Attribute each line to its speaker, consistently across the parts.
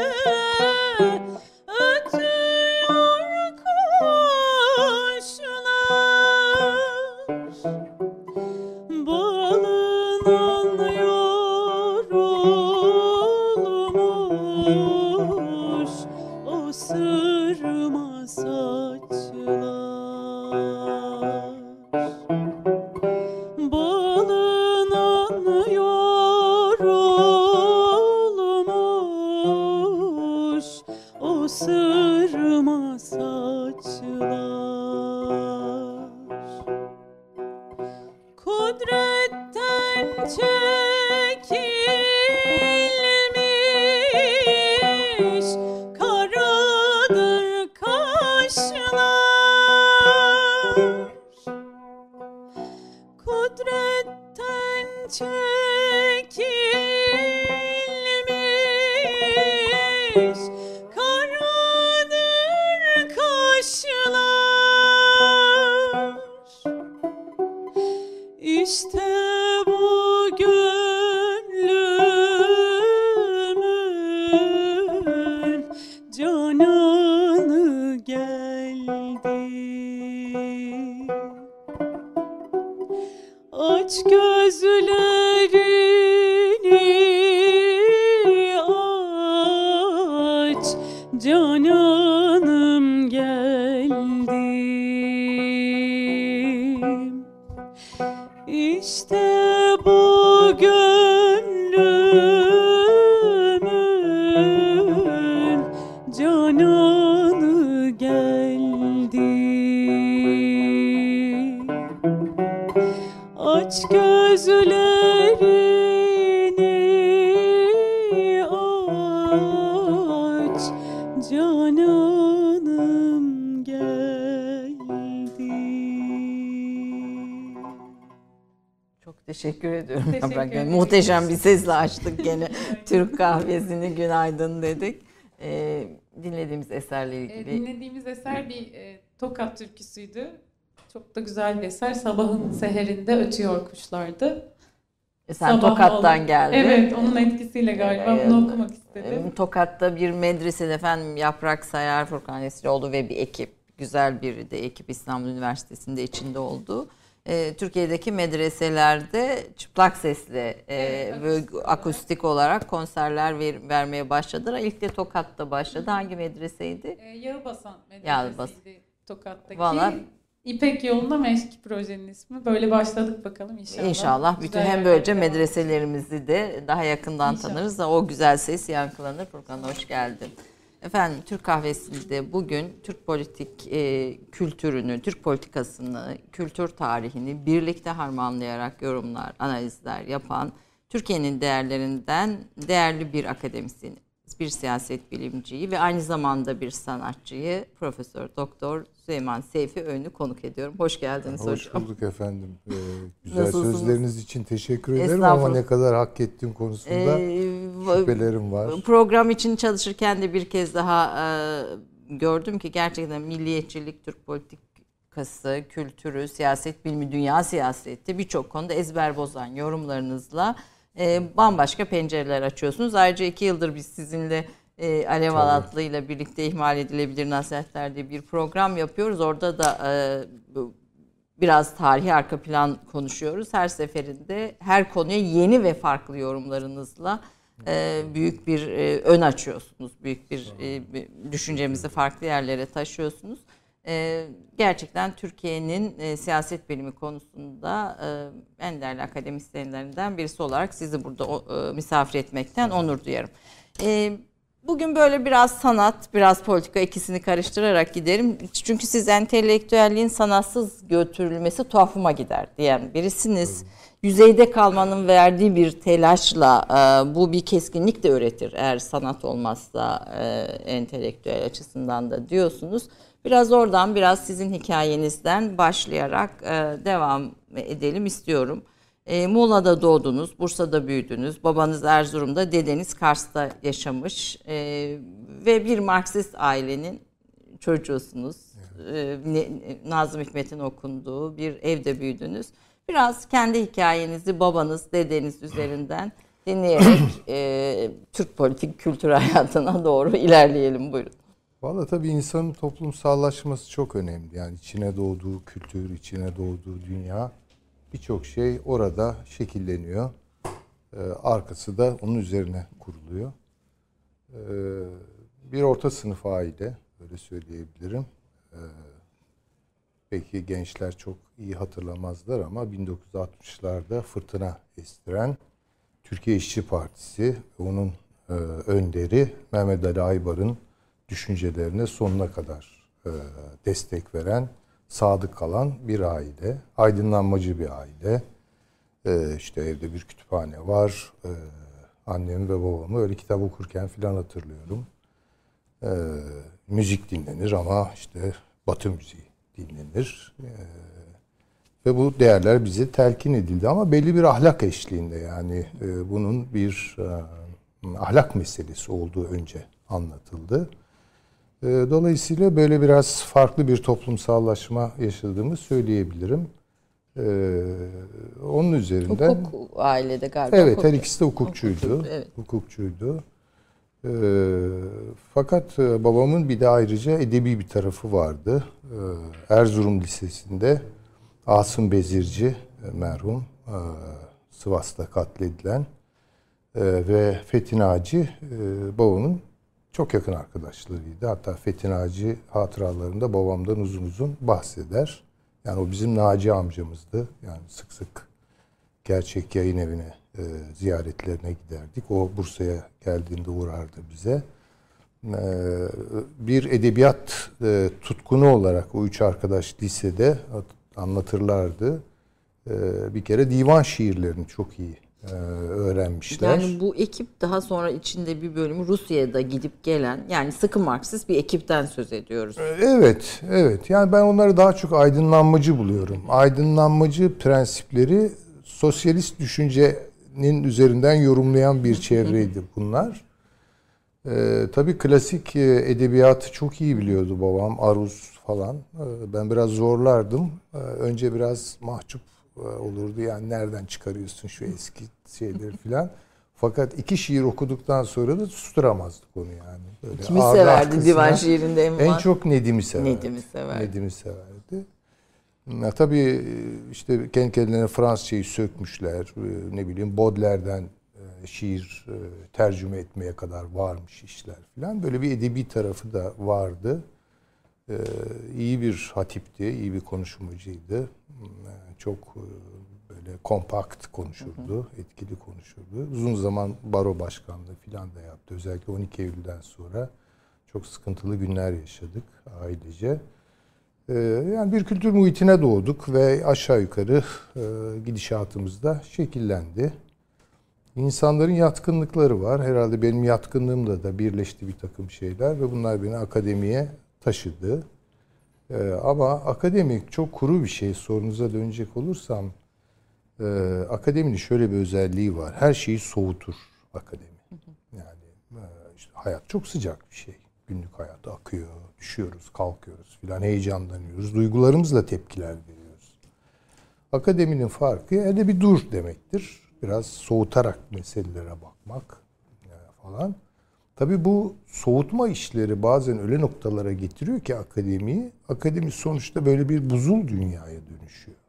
Speaker 1: ötüyor kuşlar. Balından yorulmuş o sırma saçlar. Balından yorulmuş o sırma saçlar. Kudretten çekilmiş karadır kaşlar. Kudretten çekilmiş karadır kaşlar. İşte bu gönlümün cananı geldi. Aç gözlerini aç, cananım geldim. İşte bu gönlümün cananı geldi. Aç gözlerini aç, cananım geldi.
Speaker 2: Çok teşekkür ediyorum.
Speaker 1: Teşekkür ederim.
Speaker 2: Muhteşem bir sesle açtık gene Türk kahvesini, günaydın dedik. Dinlediğimiz eserle ilgili.
Speaker 1: Dinlediğimiz eser bir Tokat türküsüydü. Çok da güzel bir eser. Sabahın seherinde ötüyor kuşlardı.
Speaker 2: Sen
Speaker 1: Sabah
Speaker 2: Tokat'tan geldin.
Speaker 1: Evet, onun etkisiyle galiba bunu okumak istedim.
Speaker 2: Tokat'ta bir medresede efendim Yaprak Sayar, Furkan Esrioğlu ve bir ekip, güzel bir de ekip İstanbul Üniversitesi'nde içinde oldu. Türkiye'deki medreselerde çıplak sesle ve akustik olarak konserler vermeye başladılar. İlk de Tokat'ta başladı. Hangi medreseydi?
Speaker 1: Yağbasan
Speaker 2: Yağbasan.
Speaker 1: medresesiydi Tokat'taki.
Speaker 2: Vallahi
Speaker 1: İpek Yolunda Meşk projenin ismi. Böyle başladık bakalım inşallah.
Speaker 2: İnşallah bütün
Speaker 1: Güzel
Speaker 2: hem böylece
Speaker 1: yerlerde
Speaker 2: medreselerimizi de daha yakından
Speaker 1: İnşallah.
Speaker 2: tanırız da o güzel ses yankılanır. Furkan hoş geldin. Efendim Türk Kahvesi'nde bugün Türk politik kültürünü, Türk politikasını, kültür tarihini birlikte harmanlayarak yorumlar, analizler yapan Türkiye'nin değerlerinden değerli bir akademisyen, bir siyaset bilimciyi ve aynı zamanda bir sanatçıyı Profesör Doktor Süleyman Seyfi Önlü konuk ediyorum. Hoş geldiniz hocam.
Speaker 3: Hoş bulduk efendim. Güzel
Speaker 2: Nasılsınız?
Speaker 3: Sözleriniz için teşekkür ederim ama ne kadar hak ettiğim konusunda şüphelerim var.
Speaker 2: Program için çalışırken de bir kez daha gördüm ki gerçekten milliyetçilik, Türk politikası, kültürü, siyaset bilimi, dünya siyaseti birçok konuda ezber bozan yorumlarınızla bambaşka pencereler açıyorsunuz. Ayrıca 2 yıldır biz sizinle Alev Alatlı ile birlikte ihmal edilebilir nasihatler diye bir program yapıyoruz. Orada da biraz tarihi arka plan konuşuyoruz. Her seferinde her konuya yeni ve farklı yorumlarınızla büyük bir ön açıyorsunuz. Büyük bir düşüncemizi farklı yerlere taşıyorsunuz. Gerçekten Türkiye'nin siyaset bilimi konusunda en değerli akademisyenlerinden birisi olarak sizi burada misafir etmekten onur duyarım. Bugün böyle biraz sanat, biraz politika ikisini karıştırarak giderim. Çünkü siz entelektüelliğin sanatsız götürülmesi tuhafıma gider diyen birisiniz. Yüzeyde kalmanın verdiği bir telaşla bu bir keskinlik de öğretir eğer sanat olmazsa entelektüel açısından da diyorsunuz. Biraz oradan, biraz sizin hikayenizden başlayarak devam edelim istiyorum. Muğla'da doğdunuz, Bursa'da büyüdünüz, babanız Erzurum'da, dedeniz Kars'ta yaşamış ve bir Marksist ailenin çocuğusunuz. Nazım Hikmet'in okunduğu bir evde büyüdünüz. Biraz kendi hikayenizi babanız, dedeniz üzerinden dinleyerek Türk politik kültür hayatına doğru ilerleyelim. Buyurun.
Speaker 3: Valla tabii insanın toplumsallaşması çok önemli. Yani içine doğduğu kültür, içine doğduğu dünya, birçok şey orada şekilleniyor. Arkası da onun üzerine kuruluyor. Bir orta sınıf aile, öyle söyleyebilirim. Belki gençler çok iyi hatırlamazlar ama 1960'larda fırtına estiren Türkiye İşçi Partisi, onun önderi Mehmet Ali Aybar'ın düşüncelerine sonuna kadar destek veren, sadık kalan bir aile. Aydınlanmacı bir aile. İşte evde bir kütüphane var. Annemi ve babamı öyle kitap okurken filan hatırlıyorum. Müzik dinlenir ama işte Batı müziği dinlenir. Ve bu değerler bize telkin edildi ama belli bir ahlak eşliğinde, yani bunun bir ahlak meselesi olduğu önce anlatıldı. Dolayısıyla böyle biraz farklı bir toplumsallaşma yaşadığımı söyleyebilirim. Onun üzerinden...
Speaker 2: Hukuk ailede galiba.
Speaker 3: Evet, her ikisi de hukukçuydu.
Speaker 2: Evet.
Speaker 3: Hukukçuydu. Fakat babamın bir de ayrıca edebi bir tarafı vardı. Erzurum Lisesi'nde Asım Bezirci merhum, Sivas'ta katledilen ve Fethi Naci babamın çok yakın arkadaşlarıydı. Hatta Fethi Naci hatıralarında babamdan uzun uzun bahseder. Yani o bizim Naci amcamızdı. Yani sık sık Gerçek Yayın Evi'ne ziyaretlerine giderdik. O Bursa'ya geldiğinde uğrardı bize. Bir edebiyat tutkunu olarak o üç arkadaş lisede anlatırlardı. Bir kere divan şiirlerini çok iyi öğrenmişler.
Speaker 2: Yani bu ekip daha sonra içinde bir bölümü Rusya'da gidip gelen, yani sıkı Marksist bir ekipten söz ediyoruz.
Speaker 3: Evet, evet. Yani ben onları daha çok aydınlanmacı buluyorum. Aydınlanmacı prensipleri sosyalist düşüncenin üzerinden yorumlayan bir çevreydi bunlar. Tabii klasik edebiyatı çok iyi biliyordu babam, aruz falan. Ben biraz zorlardım. Önce biraz mahcup olurdu. Yani nereden çıkarıyorsun şu eski şeyleri filan. Fakat iki şiir okuduktan sonra da susturamazdık onu yani. Böyle
Speaker 2: kimi severdi divan şiirinde
Speaker 3: en çok Nedim'i severdi.
Speaker 2: Nedim'i severdi.
Speaker 3: Ya, tabii işte kendi kendilerine Fransızcayı sökmüşler. Ne bileyim Baudelaire'den şiir tercüme etmeye kadar varmış işler filan. Böyle bir edebi tarafı da vardı. İyi bir hatipti, iyi bir konuşmacıydı. Çok böyle kompakt konuşurdu, etkili konuşurdu. Uzun zaman baro başkanlığı filan da yaptı. Özellikle 12 Eylül'den sonra çok sıkıntılı günler yaşadık ailece. Yani bir kültür muhitine doğduk ve aşağı yukarı gidişatımız da şekillendi. İnsanların yatkınlıkları var. Herhalde benim yatkınlığımla da birleşti bir takım şeyler ve bunlar beni akademiye taşıdı. Ama akademi çok kuru bir şey. Sorunuza dönecek olursam, akademinin şöyle bir özelliği var. Her şeyi soğutur akademi. Yani işte hayat çok sıcak bir şey. Günlük hayat akıyor, düşüyoruz, kalkıyoruz filan, heyecanlanıyoruz. Duygularımızla tepkiler veriyoruz. Akademinin farkı hele bir dur demektir. Biraz soğutarak meselelere bakmak falan. Tabii bu soğutma işleri bazen öyle noktalara getiriyor ki akademiyi. Akademi sonuçta böyle bir buzul dünyaya dönüşüyor.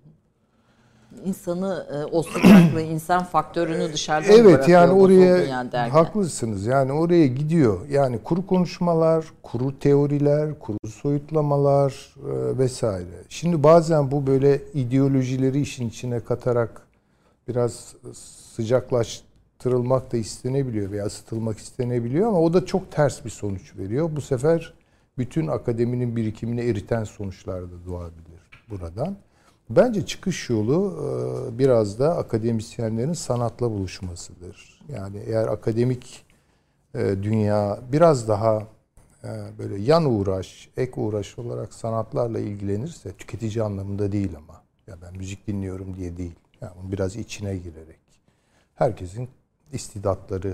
Speaker 2: İnsanı, o sıcaklığı, insan faktörünü dışarıdan
Speaker 3: evet, yani oraya
Speaker 2: derken.
Speaker 3: Haklısınız. Yani oraya gidiyor. Yani kuru konuşmalar, kuru teoriler, kuru soyutlamalar vesaire. Şimdi bazen bu böyle ideolojileri işin içine katarak biraz sıcaklaştırılmak da istenebiliyor veya ısıtılmak istenebiliyor ama o da çok ters bir sonuç veriyor. Bu sefer bütün akademinin birikimini eriten sonuçlar da doğabilir buradan. Bence çıkış yolu biraz da akademisyenlerin sanatla buluşmasıdır. Yani eğer akademik dünya biraz daha böyle yan uğraş, ek uğraş olarak sanatlarla ilgilenirse, tüketici anlamında değil ama, ya ben müzik dinliyorum diye değil, yani biraz içine girerek, herkesin istidatları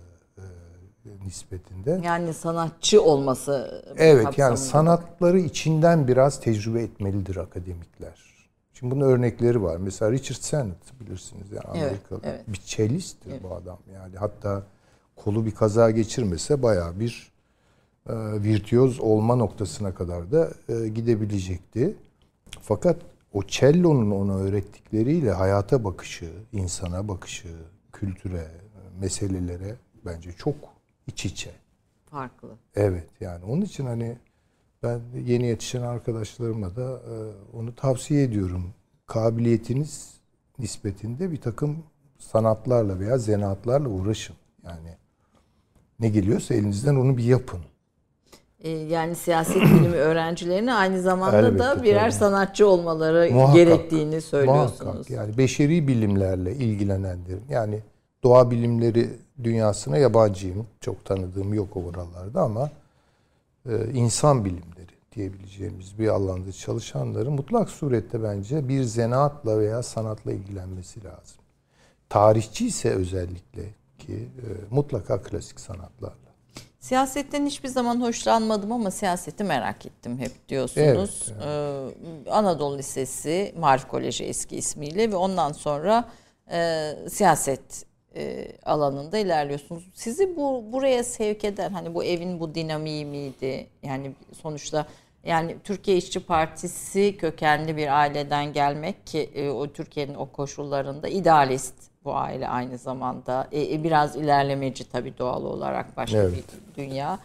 Speaker 3: nispetinde.
Speaker 2: Yani sanatçı olması.
Speaker 3: Evet, yani sanatları içinden biraz tecrübe etmelidir akademikler. Şimdi bunun örnekleri var. Mesela Richard Sennett bilirsiniz yani Amerikalı.
Speaker 2: Evet, evet.
Speaker 3: Bir cellisttir
Speaker 2: evet.
Speaker 3: bu adam. Yani hatta kolu bir kaza geçirmese bayağı bir virtüöz olma noktasına kadar da gidebilecekti. Fakat o cello'nun ona öğrettikleriyle hayata bakışı, insana bakışı, kültüre, meselelere bence çok iç içe.
Speaker 2: Farklı.
Speaker 3: Evet yani onun için hani ben yeni yetişen arkadaşlarıma da onu tavsiye ediyorum. Kabiliyetiniz nispetinde bir takım sanatlarla veya zanaatlarla uğraşın. Yani ne geliyorsa elinizden onu bir yapın.
Speaker 2: Yani siyaset bilimi öğrencilerine aynı zamanda
Speaker 3: Elbette,
Speaker 2: da birer
Speaker 3: tabii.
Speaker 2: sanatçı olmaları
Speaker 3: Muhakkak,
Speaker 2: gerektiğini söylüyorsunuz.
Speaker 3: Muhakkak. Yani beşeri bilimlerle ilgilenenlerin yani doğa bilimleri dünyasına yabancıyım. Çok tanıdığım yok oralarda ama insan bilimleri diyebileceğimiz bir alanda çalışanların mutlak surette bence bir zanaatla veya sanatla ilgilenmesi lazım. Tarihçi ise özellikle ki mutlaka klasik sanatlarla.
Speaker 2: Siyasetten hiçbir zaman hoşlanmadım ama siyaseti merak ettim hep diyorsunuz.
Speaker 3: Evet,
Speaker 2: Anadolu Lisesi, Marif Koleji eski ismiyle ve ondan sonra siyaset alanında ilerliyorsunuz. Sizi buraya sevk eden hani bu evin bu dinamiği miydi? Yani sonuçta yani Türkiye İşçi Partisi kökenli bir aileden gelmek ki o Türkiye'nin o koşullarında idealist bu aile aynı zamanda biraz ilerlemeci tabii doğal olarak başka
Speaker 3: evet.
Speaker 2: bir dünya.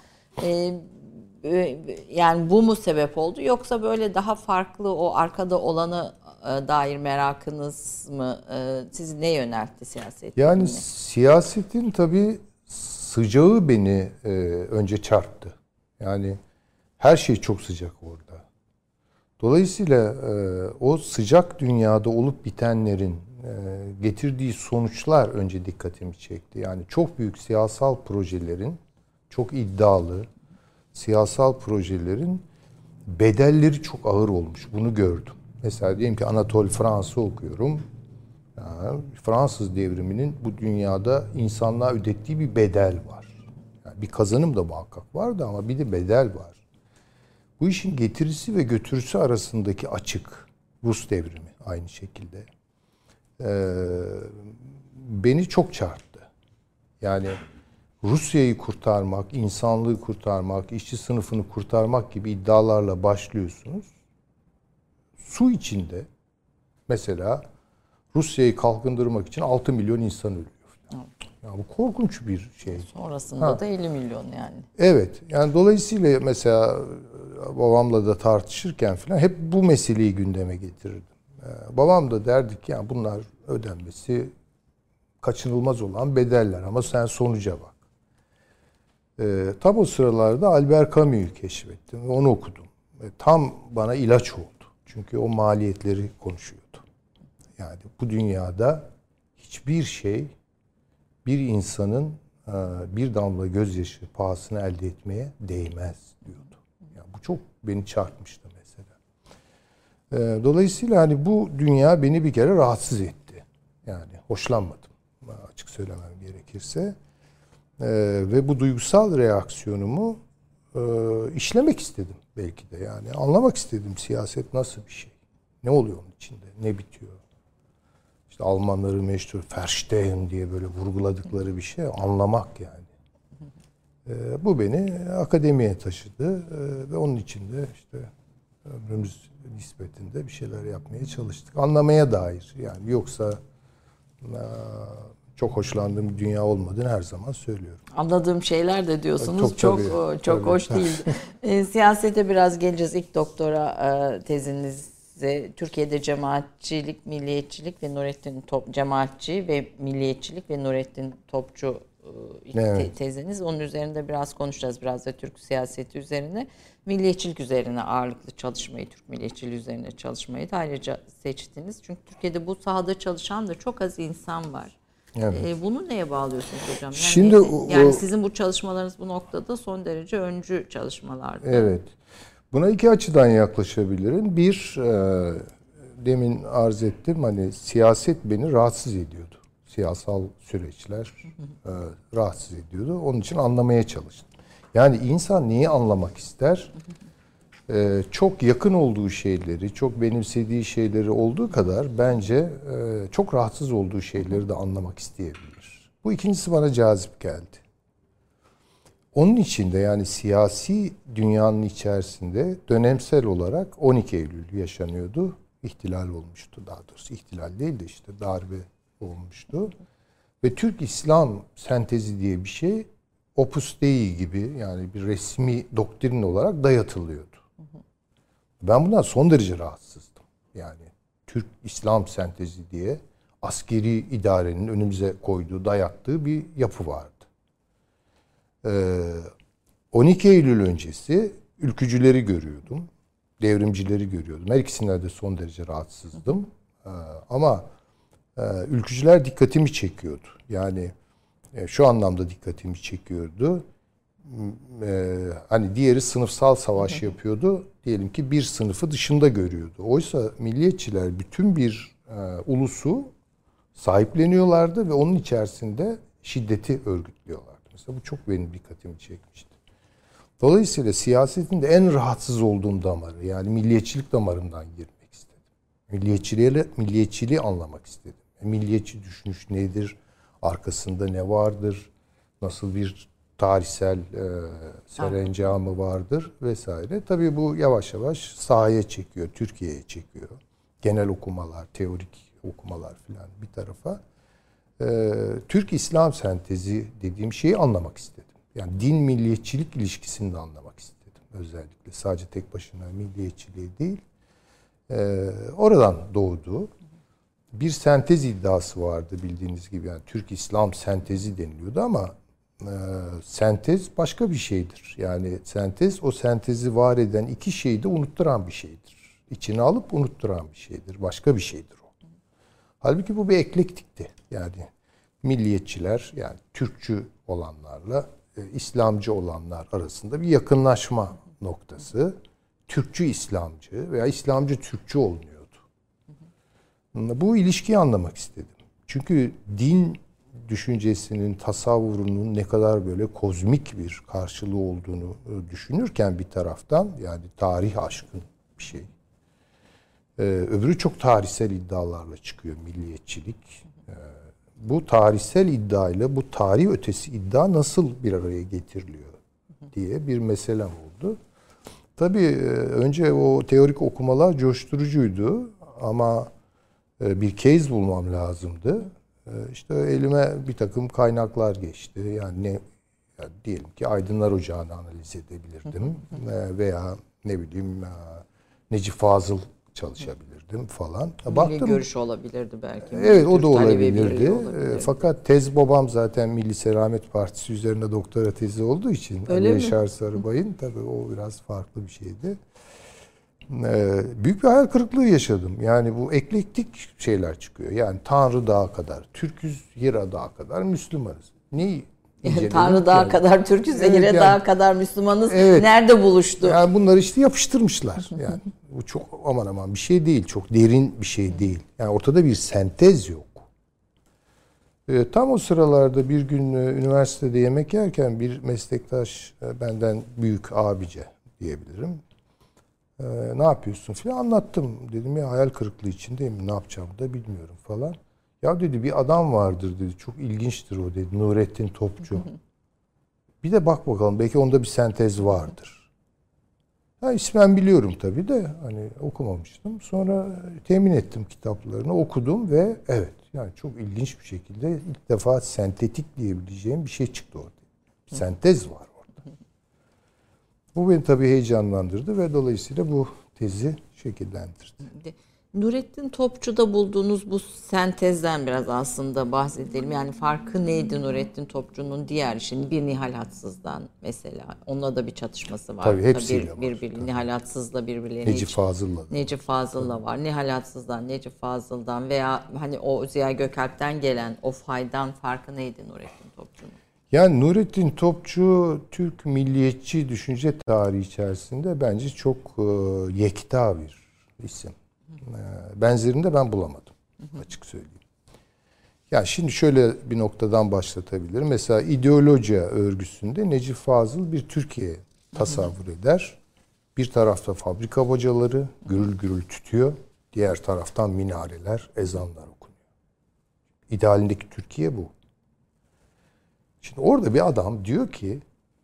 Speaker 2: Yani bu mu sebep oldu yoksa böyle daha farklı o arkada olanı dair merakınız mı sizi ne yöneltti siyaset?
Speaker 3: Yani siyasetin tabii sıcağı beni önce çarptı. Yani her şey çok sıcak orada. Dolayısıyla o sıcak dünyada olup bitenlerin getirdiği sonuçlar önce dikkatimi çekti. Yani çok büyük siyasal projelerin, çok iddialı siyasal projelerin bedelleri çok ağır olmuş. Bunu gördüm. Mesela diyelim ki Anatole Frans'ı okuyorum. Yani Fransız devriminin bu dünyada insanlığa ödettiği bir bedel var. Yani bir kazanım da muhakkak vardı ama bir de bedel var. Bu işin getirisi ve götürüsü arasındaki açık, Rus devrimi aynı şekilde beni çok çarptı. Yani Rusya'yı kurtarmak, insanlığı kurtarmak, işçi sınıfını kurtarmak gibi iddialarla başlıyorsunuz. Su içinde mesela Rusya'yı kalkındırmak için 6 milyon insan ölüyor. Ya bu korkunç bir şey.
Speaker 2: Sonrasında da 50 milyon yani.
Speaker 3: Evet. Yani dolayısıyla mesela babamla da tartışırken falan hep bu meseleyi gündeme getirirdim. Babam da derdi ki yani bunlar ödenmesi kaçınılmaz olan bedeller ama sen sonuca bak. Tam o sıralarda Albert Camus'u keşfettim ve onu okudum. Tam bana ilaç oldu. Çünkü o maliyetleri konuşuyordu. Yani bu dünyada hiçbir şey bir insanın bir damla gözyaşı pahasına elde etmeye değmez diyordu. Yani bu çok beni çarpmıştı mesela. Dolayısıyla hani bu dünya beni bir kere rahatsız etti. Yani hoşlanmadım. Açık söylemem gerekirse. Ve bu duygusal reaksiyonumu işlemek istedim belki de. Yani anlamak istedim siyaset nasıl bir şey. Ne oluyor onun içinde? Ne bitiyor? İşte Almanların meşhur Verstehen diye böyle vurguladıkları bir şey. Anlamak yani. Bu beni akademiye taşıdı. Ve onun içinde işte ömrümüz nispetinde bir şeyler yapmaya çalıştık. Anlamaya dair yani. Yoksa çok hoşlandığım bir dünya olmadığını her zaman söylüyorum.
Speaker 2: Anladığım şeyler de diyorsunuz. Çok
Speaker 3: tabii.
Speaker 2: hoş değil. Siyasete biraz geleceğiz. İlk doktora tezinizde Türkiye'de cemaatçilik, milliyetçilik ve Nurettin cemaatçi ve milliyetçilik ve Nurettin Topçu
Speaker 3: evet.
Speaker 2: teziniz. Onun üzerinde biraz konuşacağız. Biraz da Türk siyaseti üzerine. Milliyetçilik üzerine ağırlıklı çalışmayı, Türk milliyetçiliği üzerine çalışmayı da ayrıca seçtiniz. Çünkü Türkiye'de bu sahada çalışan da çok az insan var. Evet. Bunu neye bağlıyorsunuz hocam? Yani
Speaker 3: şimdi
Speaker 2: yani sizin bu çalışmalarınız bu noktada son derece öncü çalışmalardı.
Speaker 3: Evet. Buna iki açıdan yaklaşabilirim. Bir, demin arz ettim hani siyaset beni rahatsız ediyordu. Siyasal süreçler rahatsız ediyordu. Onun için anlamaya çalıştım. Yani insan neyi anlamak ister? çok yakın olduğu şeyleri, çok benimsediği şeyleri olduğu kadar bence çok rahatsız olduğu şeyleri de anlamak isteyebilir. Bu ikincisi bana cazip geldi. Onun içinde yani siyasi dünyanın içerisinde dönemsel olarak 12 Eylül yaşanıyordu. İhtilal olmuştu daha doğrusu. İhtilal değil de işte darbe olmuştu. Ve Türk-İslam sentezi diye bir şey Opus Dei gibi yani bir resmi doktrin olarak dayatılıyordu. Ben bundan son derece rahatsızdım. Yani Türk-İslam sentezi diye askeri idarenin önümüze koyduğu, dayattığı bir yapı vardı. 12 Eylül öncesi ülkücüleri görüyordum. Devrimcileri görüyordum. Her ikisinden de son derece rahatsızdım. Ama ülkücüler dikkatimi çekiyordu. Yani şu anlamda dikkatimi çekiyordu. Hani diğeri sınıfsal savaş yapıyordu. Diyelim ki bir sınıfı dışında görüyordu. Oysa milliyetçiler bütün bir ulusu sahipleniyorlardı ve onun içerisinde şiddeti örgütlüyorlardı. Mesela bu çok benim dikkatimi çekmişti. Dolayısıyla siyasetin de en rahatsız olduğum damarı yani milliyetçilik damarından girmek istedim. Milliyetçiliği anlamak istedim. Milliyetçi düşünüş nedir? Arkasında ne vardır? Nasıl bir tarihsel serencamı vardır vesaire. Tabii bu yavaş yavaş sahaya çekiyor, Türkiye'ye çekiyor. Genel okumalar, teorik okumalar filan bir tarafa. Türk-İslam sentezi dediğim şeyi anlamak istedim. Yani din milliyetçilik ilişkisini de anlamak istedim özellikle. Sadece tek başına milliyetçiliği değil. Oradan doğdu. Bir sentez iddiası vardı bildiğiniz gibi. Yani Türk-İslam sentezi deniliyordu ama sentez başka bir şeydir. Yani sentez o sentezi var eden iki şeyi de unutturan bir şeydir. İçine alıp unutturan bir şeydir. Başka bir şeydir o. Halbuki bu bir eklektikti. Yani milliyetçiler yani Türkçü olanlarla İslamcı olanlar arasında bir yakınlaşma noktası. Türkçü İslamcı veya İslamcı Türkçü olunuyordu. Bu ilişkiyi anlamak istedim. Çünkü din düşüncesinin, tasavvurunun ne kadar böyle kozmik bir karşılığı olduğunu düşünürken bir taraftan yani tarih aşkın bir şey. Öbürü çok tarihsel iddialarla çıkıyor milliyetçilik. Bu tarihsel iddiayla bu tarih ötesi iddia nasıl bir araya getiriliyor diye bir meselem oldu. Tabii önce o teorik okumalar coşturucuydu ama bir case bulmam lazımdı. İşte elime bir takım kaynaklar geçti. Yani diyelim ki Aydınlar Ocağı'nı analiz edebilirdim. Veya ne bileyim Necip Fazıl çalışabilirdim falan.
Speaker 2: Milli görüş olabilirdi belki.
Speaker 3: Evet o da olabilirdi. Fakat tez babam zaten Milli Selamet Partisi üzerine doktora tezi olduğu için
Speaker 2: Öyle
Speaker 3: Yaşar Sarıbay'ın tabii o biraz farklı bir şeydi. Büyük bir hayal kırıklığı yaşadım. Yani bu eklektik şeyler çıkıyor. Yani Tanrı Dağı kadar, Türküz Hira Dağı kadar Müslümanız. Neyi?
Speaker 2: Tanrı Dağı kadar Türküz, evet, Hira yani, Dağı kadar Müslümanız. Evet, nerede buluştu?
Speaker 3: Yani bunları işte yapıştırmışlar. Yani bu çok aman aman bir şey değil. Çok derin bir şey değil. Yani ortada bir sentez yok. Tam o sıralarda bir gün üniversitede yemek yerken bir meslektaş benden büyük abice diyebilirim. Ne yapıyorsun filan anlattım. Dedim ya hayal kırıklığı içindeyim. Ne yapacağımı da bilmiyorum falan. Ya dedi bir adam vardır dedi. Çok ilginçtir o dedi. Nurettin Topçu. Bir de bak bakalım belki onda bir sentez vardır. Ha, ismen biliyorum tabii de hani okumamıştım. Sonra temin ettim kitaplarını okudum ve evet yani çok ilginç bir şekilde ilk defa sentetik diyebileceğim bir şey çıktı orada. Sentez var. Bu beni tabii heyecanlandırdı ve dolayısıyla bu tezi şekillendirdi.
Speaker 2: Nurettin Topçu'da bulduğunuz bu sentezden biraz aslında bahsedelim. Yani farkı neydi Nurettin Topçu'nun diğer işinin bir Nihal Hatsız'dan mesela? Onunla da bir çatışması var.
Speaker 3: Tabii hepsiyle var.
Speaker 2: Birbiri Nihal Hatsız'la birbirlerine. Necip Fazıl'la var. Nihal Hatsız'dan, Necip Fazıl'dan veya hani o Ziya Gökalp'ten gelen o faydan farkı neydi Nurettin Topçu'nun?
Speaker 3: Yani Nurettin Topçu Türk milliyetçi düşünce tarihi içerisinde bence çok yekta bir isim. Benzerini de ben bulamadım açık söyleyeyim. Yani şimdi şöyle bir noktadan başlatabilirim. Mesela ideoloji örgüsünde Necip Fazıl bir Türkiye tasavvur eder. Bir tarafta fabrika bacaları gürül gürül tütüyor. Diğer taraftan minareler, ezanlar okunuyor. İdealindeki Türkiye bu. Şimdi orada bir adam diyor ki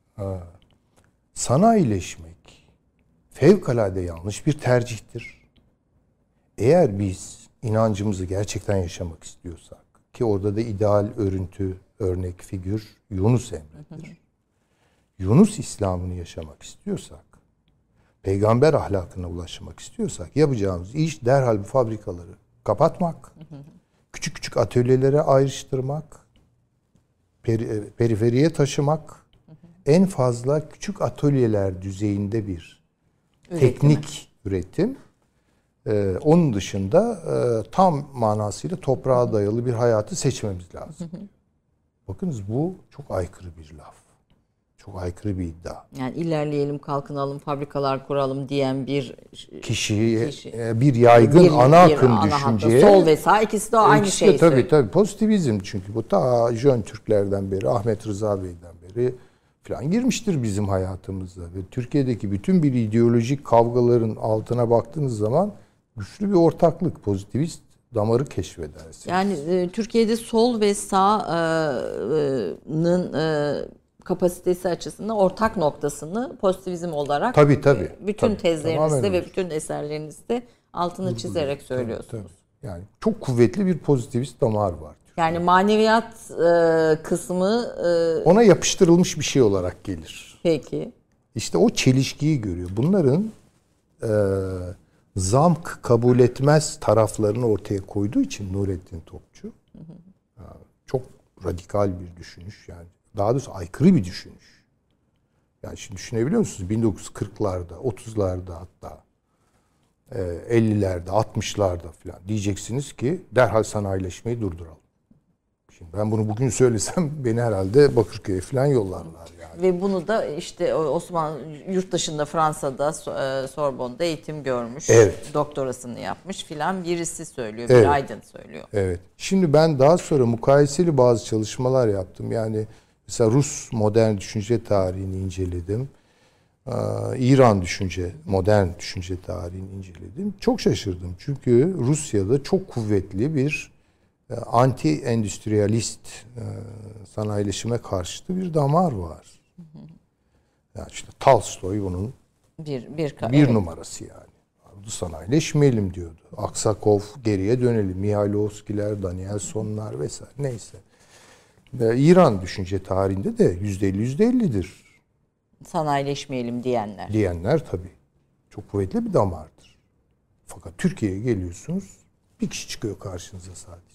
Speaker 3: sanayileşmek fevkalade yanlış bir tercihtir. Eğer biz inancımızı gerçekten yaşamak istiyorsak, ki orada da ideal örüntü, örnek, figür Yunus Emre'dir. Yunus İslam'ını yaşamak istiyorsak, peygamber ahlakına ulaşmak istiyorsak yapacağımız iş derhal bu fabrikaları kapatmak, küçük küçük atölyelere ayrıştırmak, periferiye taşımak, en fazla küçük atölyeler düzeyinde bir teknik üretim. Onun dışında tam manasıyla toprağa dayalı bir hayatı seçmemiz lazım. Bakınız bu çok aykırı bir laf. Çok aykırı bir iddia.
Speaker 2: Yani ilerleyelim, kalkınalım, fabrikalar kuralım diyen bir
Speaker 3: kişi bir yaygın ana akım düşünceye.
Speaker 2: Sol ve sağ ikisi de aynı şeyi
Speaker 3: söylüyor. Tabii pozitivizm, çünkü bu ta Jön Türklerden beri, Ahmet Rıza Bey'den beri falan girmiştir bizim hayatımıza. Ve Türkiye'deki bütün bir ideolojik kavgaların altına baktığınız zaman güçlü bir ortaklık, pozitivist damarı keşfedersiniz.
Speaker 2: Yani Türkiye'de sol ve sağ'nın kapasitesi açısından ortak noktasını pozitivizm olarak bütün tezlerinizde ve bütün eserlerinizde altını çizerek söylüyorsunuz.
Speaker 3: Tabii. Yani çok kuvvetli bir pozitivist damar var.
Speaker 2: Yani maneviyat kısmı
Speaker 3: ona yapıştırılmış bir şey olarak gelir.
Speaker 2: Peki.
Speaker 3: İşte o çelişkiyi görüyor. Bunların zamk kabul etmez taraflarını ortaya koyduğu için Nurettin Topçu çok radikal bir düşünüş, yani daha doğrusu aykırı bir düşünüş. Yani şimdi düşünebiliyor musunuz? 1940'larda, 30'larda, hatta 50'lerde, 60'larda falan diyeceksiniz ki derhal sanayileşmeyi durduralım. Şimdi ben bunu bugün söylesem beni herhalde Bakırköy'e falan yollarlar yani.
Speaker 2: Ve bunu da işte Osmanlı yurt dışında, Fransa'da, Sorbonne'da eğitim görmüş, doktorasını yapmış filan birisi söylüyor, bir aydın söylüyor.
Speaker 3: Evet. Şimdi ben daha sonra mukayeseli bazı çalışmalar yaptım. Yani mesela Rus modern düşünce tarihini inceledim. İran modern düşünce tarihini inceledim. Çok şaşırdım. Çünkü Rusya'da çok kuvvetli bir anti-endüstriyalist sanayileşime karşıtı bir damar var. Yani işte Tolstoy bunun bir numarası yani. Sanayileşmeyelim diyordu. Aksakov, geriye dönelim. Mihailovskiler, Danielsonlar vesaire, neyse. İran düşünce tarihinde de %50'dir.
Speaker 2: Sanayileşmeyelim diyenler.
Speaker 3: Diyenler tabii. Çok kuvvetli bir damardır. Fakat Türkiye'ye geliyorsunuz, bir kişi çıkıyor karşınıza sadece.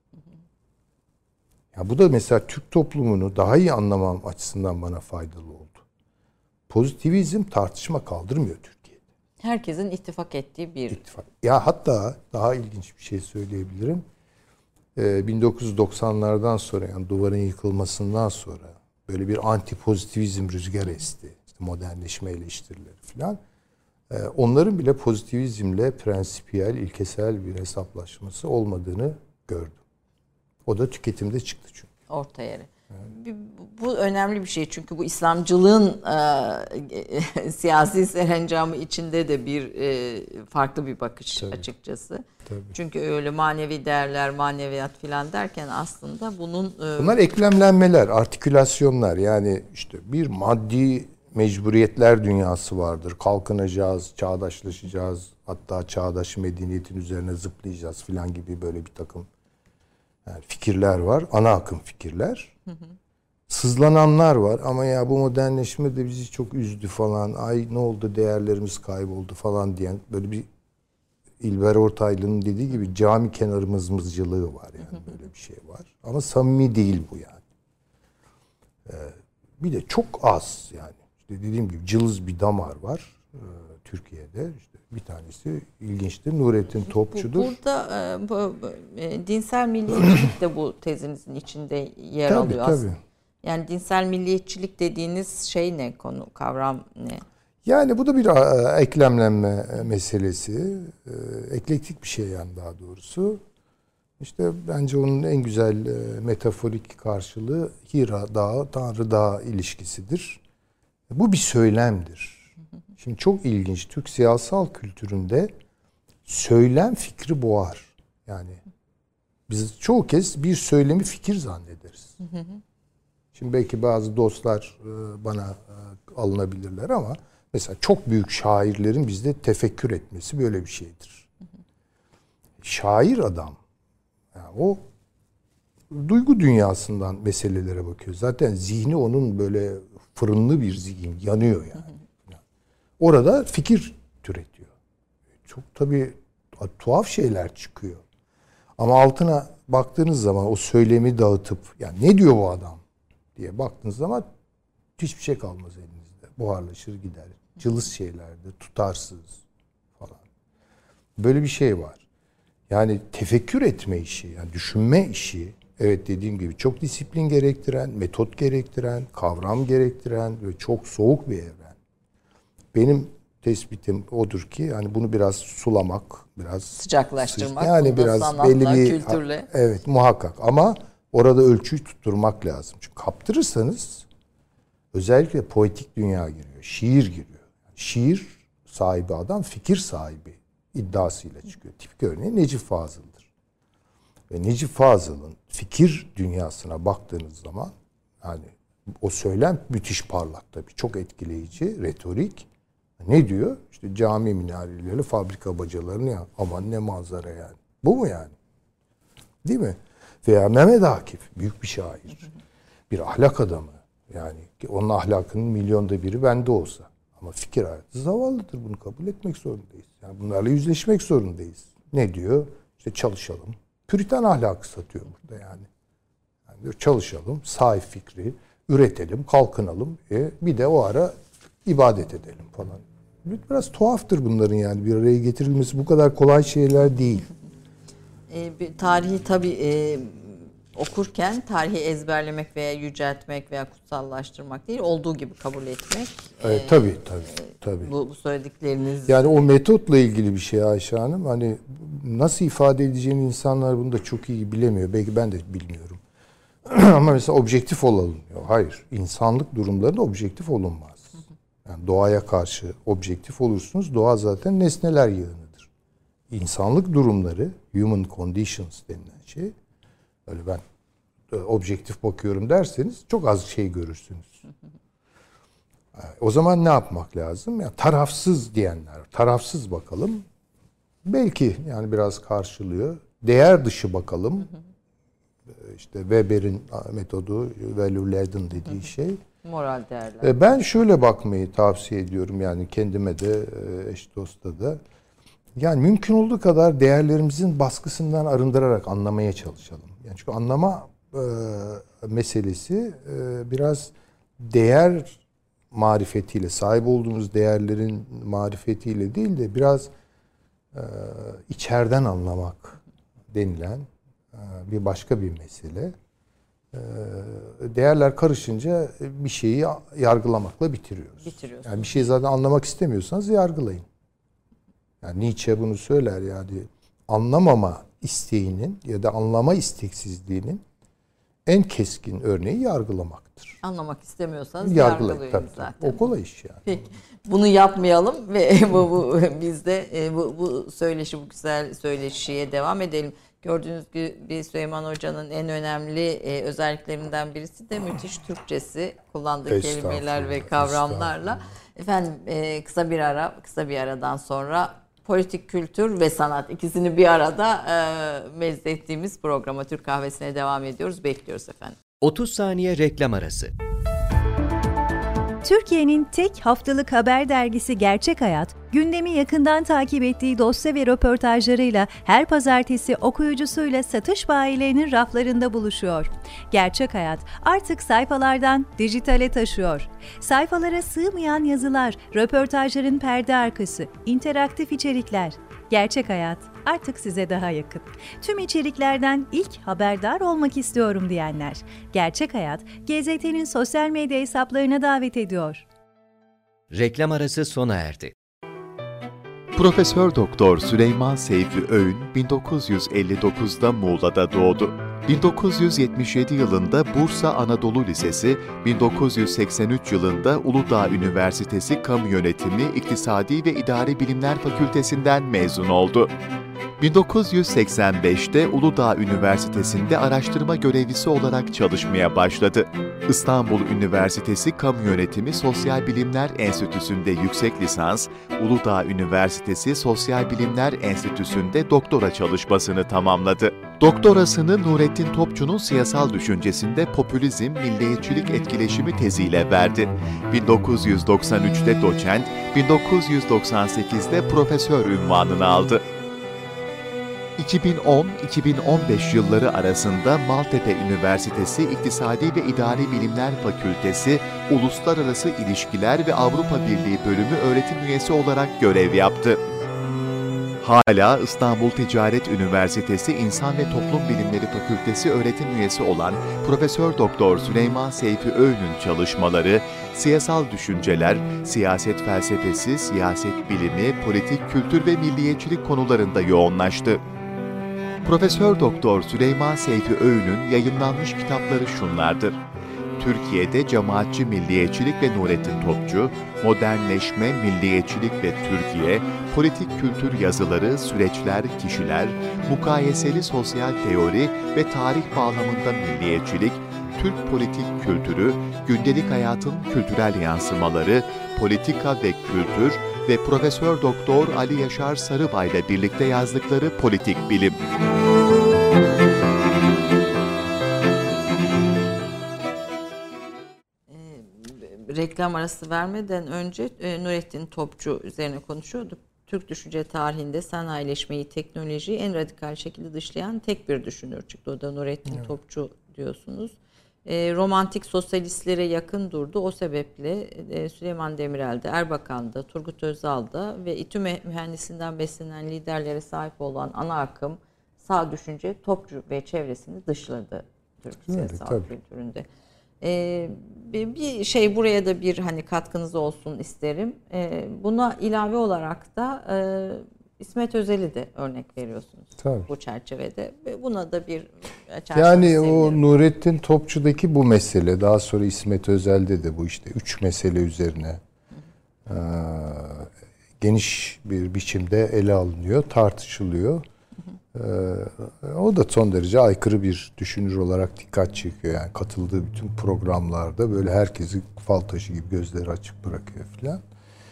Speaker 3: Ya bu da mesela Türk toplumunu daha iyi anlamam açısından bana faydalı oldu. Pozitivizm tartışma kaldırmıyor Türkiye'de.
Speaker 2: Herkesin ittifak ettiği bir...
Speaker 3: Ya hatta daha ilginç bir şey söyleyebilirim. 1990'lardan sonra, yani duvarın yıkılmasından sonra böyle bir anti-pozitivizm rüzgarı esti. İşte modernleşme eleştirileri falan. Onların bile pozitivizmle prensipiyel, ilkesel bir hesaplaşması olmadığını gördüm. O da tüketimde çıktı çünkü.
Speaker 2: Ortaya. Bu önemli bir şey, çünkü bu İslamcılığın siyasi serencamı içinde de bir farklı bir bakış açıkçası.
Speaker 3: Tabii.
Speaker 2: Çünkü öyle manevi değerler, maneviyat filan derken aslında bunun...
Speaker 3: Bunlar eklemlenmeler, artikülasyonlar. Yani işte bir maddi mecburiyetler dünyası vardır. Kalkınacağız, çağdaşlaşacağız, hatta çağdaş medeniyetin üzerine zıplayacağız filan gibi böyle bir takım yani fikirler var. Ana akım fikirler. Sızlananlar var. Ama ya bu modernleşme de bizi çok üzdü falan. Ay ne oldu, değerlerimiz kayboldu falan diyen böyle bir İlber Ortaylı'nın dediği gibi cami kenarı mızmızcılığı var yani, böyle bir şey var. Ama samimi değil bu yani. Bir de çok az yani. İşte dediğim gibi cılız bir damar var Türkiye'de. İşte bir tanesi ilginçtir. Nurettin Topçu'dur.
Speaker 2: Burada dinsel milliyetçilik de bu tezinizin içinde yer alıyor aslında. Yani dinsel milliyetçilik dediğiniz şey ne, kavram ne?
Speaker 3: Yani bu da bir eklemlenme meselesi. Eklektik bir şey yani, daha doğrusu. İşte bence onun en güzel metaforik karşılığı Hira Dağı, Tanrı Dağı ilişkisidir. Bu bir söylemdir. Şimdi çok ilginç. Türk siyasal kültüründe söylem fikri boğar. Yani biz çoğu kez bir söylemi fikir zannederiz. Şimdi belki bazı dostlar bana alınabilirler ama mesela çok büyük şairlerin bizde tefekkür etmesi böyle bir şeydir. Şair adam, yani o duygu dünyasından meselelere bakıyor. Zaten zihni onun böyle fırınlı bir zihin, yanıyor yani. Orada fikir türetiyor. Çok tabii tuhaf şeyler çıkıyor. Ama altına baktığınız zaman o söylemi dağıtıp yani ne diyor bu adam diye baktığınız zaman hiçbir şey kalmaz elinizde. Buharlaşır gider. Cılız şeylerdir, tutarsız falan. Böyle bir şey var. Yani tefekkür etme işi, yani düşünme işi, evet dediğim gibi çok disiplin gerektiren, metot gerektiren, kavram gerektiren ve çok soğuk bir evren. Benim tespitim odur ki yani bunu biraz sulamak, biraz
Speaker 2: sıcaklaştırmak,
Speaker 3: yani biraz
Speaker 2: sanatla,
Speaker 3: belli bir
Speaker 2: kültürle.
Speaker 3: Evet, muhakkak ama orada ölçüyü tutturmak lazım. Çünkü kaptırırsanız özellikle poetik dünya giriyor, şiir giriyor. Yani şiir sahibi adam fikir sahibi iddiasıyla çıkıyor. Tipik örneği Necip Fazıl'dır. Ve Necip Fazıl'ın fikir dünyasına baktığınız zaman yani o söylem müthiş parlak tabii. Çok etkileyici, retorik. Ne diyor? İşte cami minareleri, fabrika bacalarını ya. Aman ne manzara yani. Bu mu yani? Değil mi? Veya Mehmet Akif, büyük bir şair. Bir ahlak adamı. Yani onun ahlakının milyonda biri bende olsa. Ama fikir hayatı zavallıdır. Bunu kabul etmek zorundayız. Yani bunlarla yüzleşmek zorundayız. Ne diyor? İşte çalışalım. Püritan ahlakı satıyor burada yani. Yani diyor, çalışalım, sahip fikri, üretelim, kalkınalım. Bir de o ara ibadet edelim falan. Biraz tuhaftır bunların yani bir araya getirilmesi bu kadar kolay şeyler değil.
Speaker 2: Tarihi tabii okurken tarihi ezberlemek veya yüceltmek veya kutsallaştırmak değil, olduğu gibi kabul etmek.
Speaker 3: Tabii.
Speaker 2: Bu söyledikleriniz.
Speaker 3: Yani o metotla ilgili bir şey Ayşe Hanım. Hani nasıl ifade edeceğini insanlar bunu da çok iyi bilemiyor. Belki ben de bilmiyorum. Ama mesela objektif olalım diyor. Hayır. İnsanlık durumlarında objektif olunmaz. Yani doğaya karşı objektif olursunuz. Doğa zaten nesneler yığınıdır. İnsanlık durumları, human conditions denilen şey, öyle ben objektif bakıyorum derseniz çok az şey görürsünüz. O zaman ne yapmak lazım? Yani tarafsız diyenler, tarafsız bakalım. Belki yani biraz karşılıyor. Değer dışı bakalım. İşte Weber'in metodu, value laden dediği şey.
Speaker 2: Moral değerler.
Speaker 3: Ben şöyle bakmayı tavsiye ediyorum yani kendime de eş dosta da. Yani mümkün olduğu kadar değerlerimizin baskısından arındırarak anlamaya çalışalım. Yani çünkü anlama meselesi biraz değer marifetiyle, sahip olduğumuz değerlerin marifetiyle değil de biraz içeriden anlamak denilen bir başka bir mesele. Değerler karışınca bir şeyi yargılamakla bitiriyoruz. Yani bir şeyi zaten anlamak istemiyorsanız yargılayın. Yani Nietzsche bunu söyler yani anlamama isteğinin ya da anlama isteksizliğinin en keskin örneği yargılamaktır.
Speaker 2: Anlamak istemiyorsanız yargılayın zaten.
Speaker 3: O kolay iş yani.
Speaker 2: Peki. Bunu yapmayalım ve biz de bu söyleşi, bu güzel söyleşiye devam edelim. Gördüğünüz gibi Süleyman Hoca'nın en önemli özelliklerinden birisi de müthiş Türkçesi, kullandığı kelimeler ve kavramlarla. Efendim kısa bir aradan sonra politik kültür ve sanat ikisini bir arada mezzettiğimiz programa Türk Kahvesi'ne devam ediyoruz. Bekliyoruz efendim.
Speaker 4: 30 saniye reklam arası.
Speaker 5: Türkiye'nin tek haftalık haber dergisi Gerçek Hayat, gündemi yakından takip ettiği dosya ve röportajlarıyla her pazartesi okuyucusuyla satış bayilerinin raflarında buluşuyor. Gerçek Hayat artık sayfalardan dijitale taşıyor. Sayfalara sığmayan yazılar, röportajların perde arkası, interaktif içerikler. Gerçek Hayat artık size daha yakın. Tüm içeriklerden ilk haberdar olmak istiyorum diyenler. Gerçek Hayat, GZT'nin sosyal medya hesaplarına davet ediyor.
Speaker 4: Reklam arası sona erdi.
Speaker 6: Profesör Doktor Süleyman Seyfi Öğün 1959'da Muğla'da doğdu. 1977 yılında Bursa Anadolu Lisesi, 1983 yılında Uludağ Üniversitesi Kamu Yönetimi, İktisadi ve İdari Bilimler Fakültesinden mezun oldu. 1985'te Uludağ Üniversitesi'nde araştırma görevlisi olarak çalışmaya başladı. İstanbul Üniversitesi Kamu Yönetimi Sosyal Bilimler Enstitüsü'nde yüksek lisans, Uludağ Üniversitesi Sosyal Bilimler Enstitüsü'nde doktora çalışmasını tamamladı. Doktorasını Nurettin Topçu'nun siyasal düşüncesinde popülizm, milliyetçilik etkileşimi teziyle verdi. 1993'te doçent, 1998'de profesör unvanını aldı. 2010-2015 yılları arasında Maltepe Üniversitesi İktisadi ve İdari Bilimler Fakültesi Uluslararası İlişkiler ve Avrupa Birliği Bölümü öğretim üyesi olarak görev yaptı. Hala İstanbul Ticaret Üniversitesi İnsan ve Toplum Bilimleri Fakültesi öğretim üyesi olan Profesör Doktor Süleyman Seyfi Öğün'ün çalışmaları, siyasal düşünceler, siyaset felsefesi, siyaset bilimi, politik kültür ve milliyetçilik konularında yoğunlaştı. Profesör Doktor Süleyman Seyfi Öğün'ün yayımlanmış kitapları şunlardır: Türkiye'de Cemaatçi Milliyetçilik ve Nurettin Topçu, Modernleşme, Milliyetçilik ve Türkiye, Politik Kültür Yazıları, Süreçler, Kişiler, Mukayeseli Sosyal Teori ve Tarih Bağlamında Milliyetçilik, Türk Politik Kültürü, Gündelik Hayatın Kültürel Yansımaları, Politika ve Kültür ve Profesör Doktor Ali Yaşar Sarıbay ile birlikte yazdıkları Politik Bilim.
Speaker 2: Reklam arası vermeden önce Nurettin Topçu üzerine konuşuyorduk. Türk düşünce tarihinde sanayileşmeyi, teknolojiyi en radikal şekilde dışlayan tek bir düşünür çıktı. O da Nurettin Topçu diyorsunuz. Romantik sosyalistlere yakın durdu. O sebeple Süleyman Demirel'de, Erbakan'da, Turgut Özal'da ve İTÜ mühendisinden beslenen liderlere sahip olan ana akım sağ düşünce Topçu ve çevresini dışladı Türk siyasal kültüründe. Bir şey, buraya da bir hani katkınız olsun isterim. Buna ilave olarak da İsmet Özel'i de örnek veriyorsunuz.
Speaker 3: Tabii.
Speaker 2: Bu çerçevede. Buna da bir açarsanız
Speaker 3: yani
Speaker 2: sevinirim.
Speaker 3: o Nurettin Topçu'daki bu mesele, daha sonra İsmet Özel'de de bu işte 3 mesele üzerine geniş bir biçimde ele alınıyor, tartışılıyor. O da son derece aykırı bir düşünür olarak dikkat çekiyor. Yani katıldığı bütün programlarda böyle herkesi fal taşı gibi gözleri açık bırakıyor filan.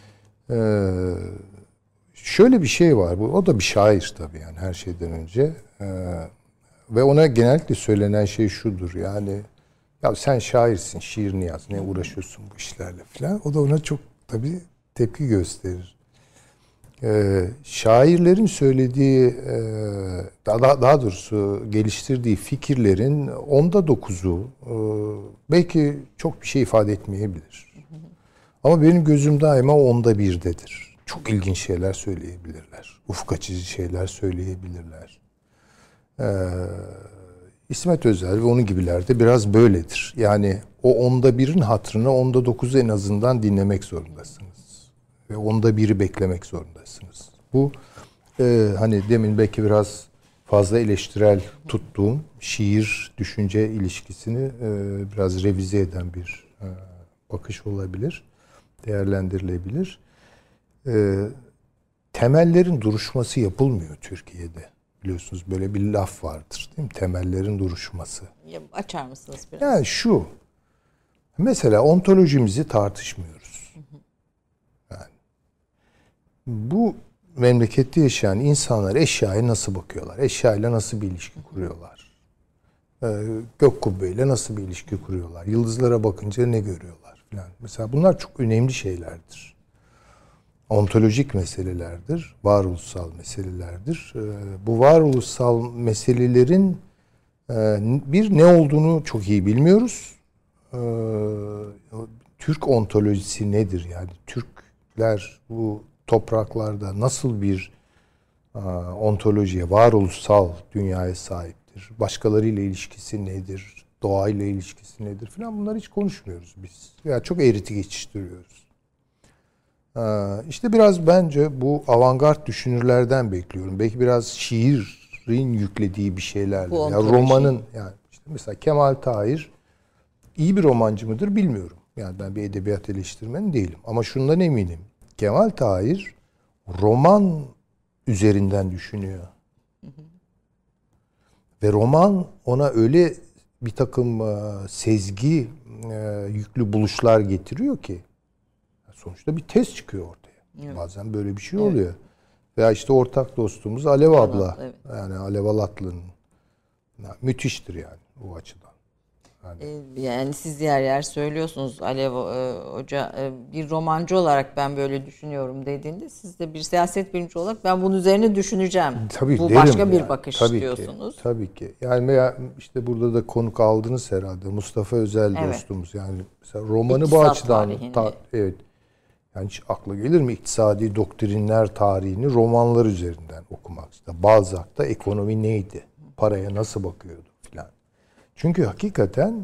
Speaker 3: Şöyle bir şey var. O da bir şair tabii, yani her şeyden önce. Ve ona genellikle söylenen şey şudur: yani ya sen şairsin, şiirini yaz, ne uğraşıyorsun bu işlerle filan. O da ona çok tabii tepki gösterir. Şairlerin söylediği, daha doğrusu geliştirdiği fikirlerin 9'u belki çok bir şey ifade etmeyebilir. Ama benim gözüm daima 1'dedir. Çok ilginç şeyler söyleyebilirler. Ufuk açıcı şeyler söyleyebilirler. İsmet Özel ve onun gibiler de biraz böyledir. Yani o 1'in hatırına 9'u en azından dinlemek zorundasınız. Ve 1'i beklemek zorundasınız. Bu hani demin belki biraz fazla eleştirel tuttuğum şiir düşünce ilişkisini biraz revize eden bir bakış olabilir, değerlendirilebilir. Temellerin duruşması yapılmıyor Türkiye'de. Biliyorsunuz böyle bir laf vardır, değil mi? Temellerin duruşması.
Speaker 2: Ya, açar mısınız biraz?
Speaker 3: Yani şu, mesela ontolojimizi tartışmıyoruz. Yani bu memlekette yaşayan insanlar eşyaya nasıl bakıyorlar? Eşyayla nasıl bir ilişki kuruyorlar? Gök kubbeyle nasıl bir ilişki kuruyorlar? Yıldızlara bakınca ne görüyorlar falan. Mesela bunlar çok önemli şeylerdir. Ontolojik meselelerdir, varoluşsal meselelerdir. Bu varoluşsal meselelerin bir ne olduğunu çok iyi bilmiyoruz. Türk ontolojisi nedir? Yani Türkler bu topraklarda nasıl bir ontolojiye, varoluşsal dünyaya sahiptir? Başkalarıyla ilişkisi nedir? Doğayla ilişkisi nedir falan, bunları hiç konuşmuyoruz biz. Yani çok eğriti geçiştiriyoruz. İşte biraz bence bu avantgard düşünürlerden bekliyorum. Belki biraz şiir şiirin yüklediği bir şeylerle.
Speaker 2: Bu
Speaker 3: Yani romanın, yani işte mesela Kemal Tahir iyi bir romancı mıdır bilmiyorum. Yani ben bir edebiyat eleştirmeni değilim. Ama şundan eminim. Kemal Tahir roman üzerinden düşünüyor. Ve roman ona öyle bir takım sezgi yüklü buluşlar getiriyor ki sonuçta bir tez çıkıyor ortaya. Evet. Bazen böyle bir şey oluyor. Veya işte ortak dostumuz Alev abla. Evet. Yani Alev Alatlı'nın müthiştir yani bu açıdan.
Speaker 2: Yani siz yer yer söylüyorsunuz Alev Hoca bir romancı olarak ben böyle düşünüyorum dediğinde siz de bir siyaset bilimci olarak ben bunun üzerine düşüneceğim.
Speaker 3: Tabii
Speaker 2: bu başka bir bakış
Speaker 3: tabii
Speaker 2: diyorsunuz.
Speaker 3: Ki, tabii ki. Yani veya işte burada da konuk aldınız herhalde. Mustafa Özel dostumuz. Yani mesela romanı
Speaker 2: İktisat
Speaker 3: bu açıdan
Speaker 2: evet.
Speaker 3: Yani hiç akla gelir mi iktisadi doktrinler tarihini romanlar üzerinden okumak? İşte Balzac'ta ekonomi neydi? Paraya nasıl bakıyordu filan. Çünkü hakikaten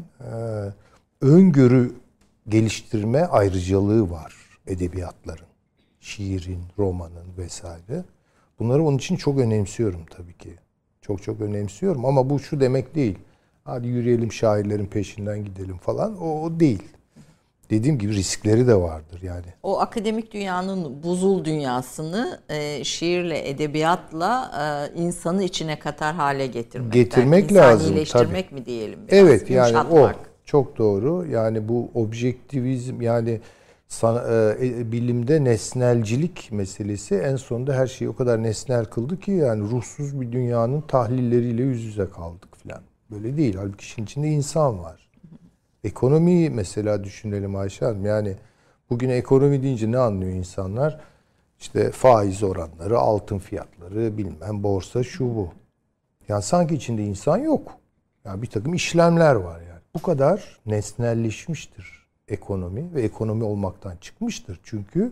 Speaker 3: öngörü geliştirme ayrıcalığı var edebiyatların. Şiirin, romanın vesaire. Bunları onun için çok önemsiyorum tabii ki. Çok çok önemsiyorum ama bu şu demek değil. Hadi yürüyelim şairlerin peşinden gidelim falan. O değil. Dediğim gibi riskleri de vardır yani.
Speaker 2: O akademik dünyanın buzul dünyasını şiirle, edebiyatla insanı içine katar hale getirmek
Speaker 3: lazım.
Speaker 2: İnsanileştirmek mi diyelim? Biraz
Speaker 3: evet yani
Speaker 2: yumuşatmak.
Speaker 3: O çok doğru. Yani bu objektivizm yani bilimde nesnelcilik meselesi en sonunda her şeyi o kadar nesnel kıldı ki yani ruhsuz bir dünyanın tahlilleriyle yüz yüze kaldık falan. Böyle değil. Halbuki işin içinde insan var. Ekonomiyi mesela düşünelim Ayşe Hanım. Yani bugün ekonomi deyince ne anlıyor insanlar? İşte faiz oranları, altın fiyatları, bilmem borsa şu bu. Yani sanki içinde insan yok. Yani bir takım işlemler var yani. Bu kadar nesnelleşmiştir ekonomi ve ekonomi olmaktan çıkmıştır. Çünkü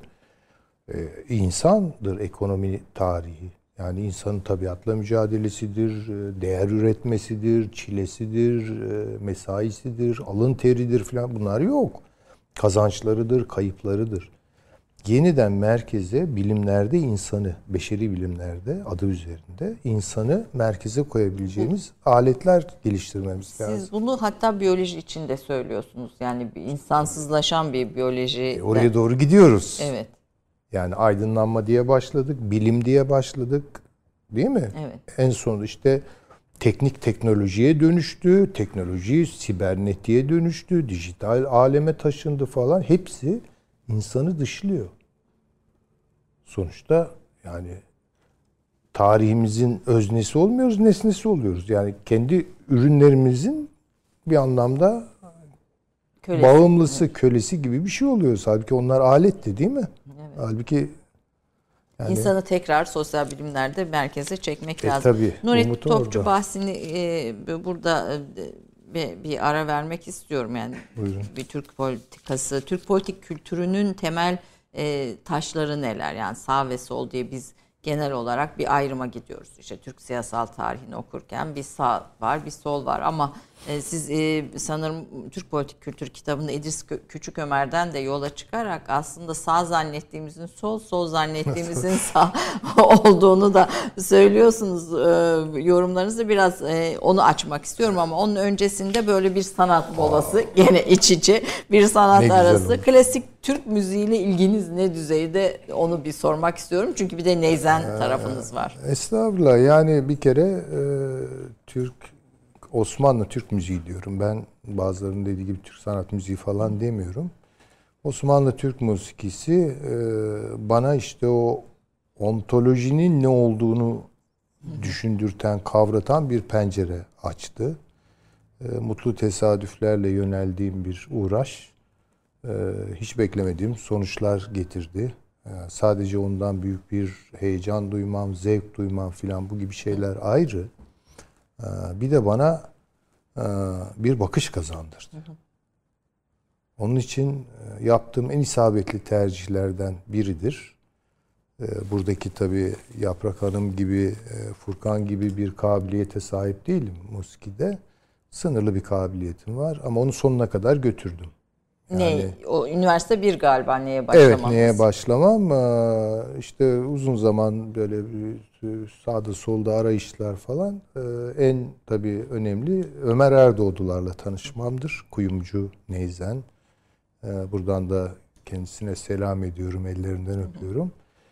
Speaker 3: insandır ekonomi tarihi. Yani insanın tabiatla mücadelesidir, değer üretmesidir, çilesidir, mesaisidir, alın teridir falan bunlar yok. Kazançlarıdır, kayıplarıdır. Yeniden merkeze bilimlerde insanı, beşeri bilimlerde adı üzerinde insanı merkeze koyabileceğimiz aletler geliştirmemiz lazım.
Speaker 2: Siz bunu hatta biyoloji içinde söylüyorsunuz. Yani bir insansızlaşan bir biyoloji.
Speaker 3: Oraya doğru gidiyoruz.
Speaker 2: Evet.
Speaker 3: Yani aydınlanma diye başladık, bilim diye başladık, değil mi?
Speaker 2: Evet.
Speaker 3: En sonunda işte teknolojiye dönüştü, teknoloji sibernetiğe dönüştü, dijital aleme taşındı falan. Hepsi insanı dışlıyor. Sonuçta yani tarihimizin öznesi olmuyoruz, nesnesi oluyoruz. Yani kendi ürünlerimizin bir anlamda bağımlısı, kölesi gibi bir şey oluyoruz. Halbuki onlar aletti değil mi? Evet. Halbuki yani,
Speaker 2: İnsanı tekrar sosyal bilimlerde merkeze çekmek lazım.
Speaker 3: Tabii,
Speaker 2: Nurettin Topçu bahsini burada bir ara vermek istiyorum. Yani
Speaker 3: buyurun.
Speaker 2: Bir Türk politikası, Türk politik kültürünün temel taşları neler? Yani sağ ve sol diye biz genel olarak bir ayrıma gidiyoruz. İşte Türk siyasal tarihini okurken bir sağ var, bir sol var. Ama siz sanırım Türk Politik Kültür kitabında İdris Küçükömer'den de yola çıkarak aslında sağ zannettiğimizin sol, sol zannettiğimizin sağ olduğunu da söylüyorsunuz. Yorumlarınızda biraz onu açmak istiyorum ama onun öncesinde böyle bir sanat molası gene iç içe bir sanat arası. Klasik Türk müziğiyle ilginiz ne düzeyde onu bir sormak istiyorum. Çünkü bir de neyzen tarafınız var.
Speaker 3: Estağfurullah. Yani bir kere Osmanlı Türk müziği diyorum. Ben bazılarının dediği gibi Türk sanat müziği falan demiyorum. Osmanlı Türk musikisi bana işte o ontolojinin ne olduğunu düşündürten, kavratan bir pencere açtı. Mutlu tesadüflerle yöneldiğim bir uğraş hiç beklemediğim sonuçlar getirdi. Sadece ondan büyük bir heyecan duymam, zevk duymam filan bu gibi şeyler ayrı. Bir de bana bir bakış kazandırdı. Onun için yaptığım en isabetli tercihlerden biridir. Buradaki tabii Yaprak Hanım gibi, Furkan gibi bir kabiliyete sahip değilim musikide. Sınırlı bir kabiliyetim var ama onu sonuna kadar götürdüm.
Speaker 2: Yani, o üniversite 1 galiba neye başlamanız?
Speaker 3: Evet, neye başlamam? İşte uzun zaman böyle sağda solda arayışlar falan. En tabii önemli Ömer Erdoğdularla tanışmamdır. Kuyumcu Neyzen. Buradan da kendisine selam ediyorum, ellerinden öpüyorum.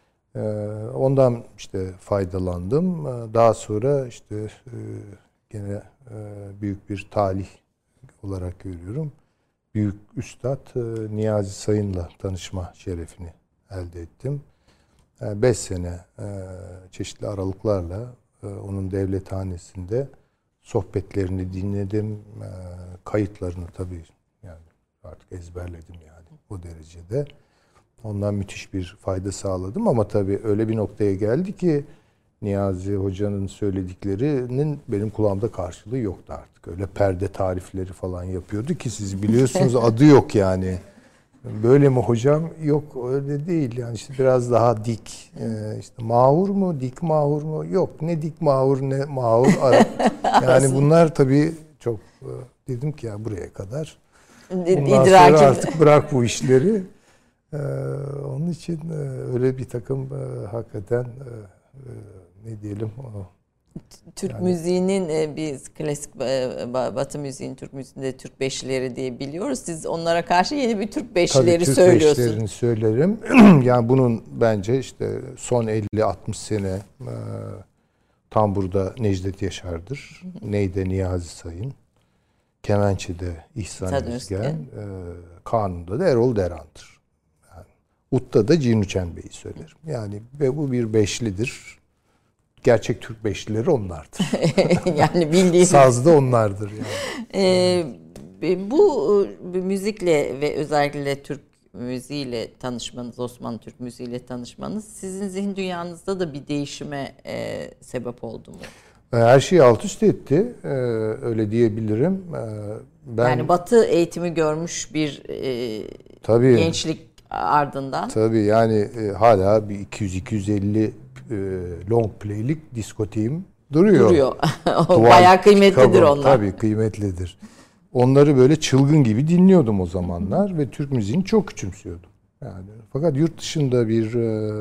Speaker 3: Ondan işte faydalandım. Daha sonra işte gene büyük bir talih olarak görüyorum. Büyük Üstad Niyazi Sayın'la tanışma şerefini elde ettim. 5 sene çeşitli aralıklarla onun devlethanesinde sohbetlerini dinledim. Kayıtlarını tabii yani artık ezberledim yani o derecede. Ondan müthiş bir fayda sağladım ama tabii öyle bir noktaya geldi ki Niyazi Hoca'nın söylediklerinin benim kulağımda karşılığı yoktu artık. Öyle perde tarifleri falan yapıyordu ki siz biliyorsunuz adı yok yani. Böyle mi hocam? Yok öyle değil. Yani işte biraz daha dik. İşte mahur mu? Dik mahur mu? Yok. Ne dik mahur ne mahur. Yani bunlar tabii çok dedim ki ya buraya kadar. Bundan sonra artık bırak bu işleri. Onun için öyle bir takım hakikaten ne diyelim
Speaker 2: Türk müziğinin biz klasik Batı müziğin Türk müziğinde Türk beşlileri diye biliyoruz. Siz onlara karşı yeni bir Türk beşlileri söylüyorsunuz. Tabii Türk beşlerini
Speaker 3: söylerim. Yani bunun bence işte son 50-60 sene tamburda Necdet Yaşar'dır. Neyde Niyazi Sayın. Kemençe'de İhsan Özgen. Kanun'da da Erol Deran'dır. Yani, Ut'ta da Cinüçen Bey'i söylerim. Yani ve bu bir beşlidir. Gerçek Türk beşlileri onlardır.
Speaker 2: Yani bildiğiniz.
Speaker 3: Sazda onlardır yani.
Speaker 2: Bu müzikle ve özellikle Türk müziğiyle tanışmanız, Osmanlı Türk müziğiyle tanışmanız sizin zihin dünyanızda da bir değişime sebep oldu mu?
Speaker 3: Her şeyi alt üst etti. Öyle diyebilirim.
Speaker 2: Yani Batı eğitimi görmüş bir gençlik ardından.
Speaker 3: Tabii yani hala bir 200-250 long play'lik diskoteğim duruyor.
Speaker 2: Bayağı kıymetlidir onlar.
Speaker 3: Tabii kıymetlidir. Onları böyle çılgın gibi dinliyordum o zamanlar ve Türk müziğini çok küçümsüyordum. Yani fakat yurt dışında bir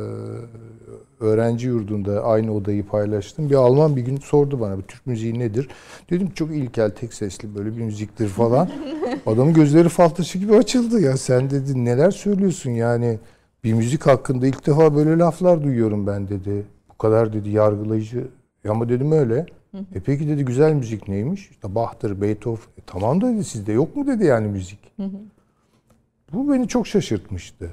Speaker 3: öğrenci yurdunda aynı odayı paylaştım. Bir Alman bir gün sordu bana bu Türk müziği nedir? Dedim çok ilkel tek sesli böyle bir müziktir falan. Adamın gözleri fal taşı gibi açıldı. Ya sen dedi neler söylüyorsun yani bir müzik hakkında ilk defa böyle laflar duyuyorum ben dedi. Bu kadar dedi yargılayıcı. Ama dedim öyle. Peki dedi güzel müzik neymiş? İşte Bach'tır, Beethoven. Tamam da dedi sizde yok mu dedi yani müzik. Bu beni çok şaşırtmıştı.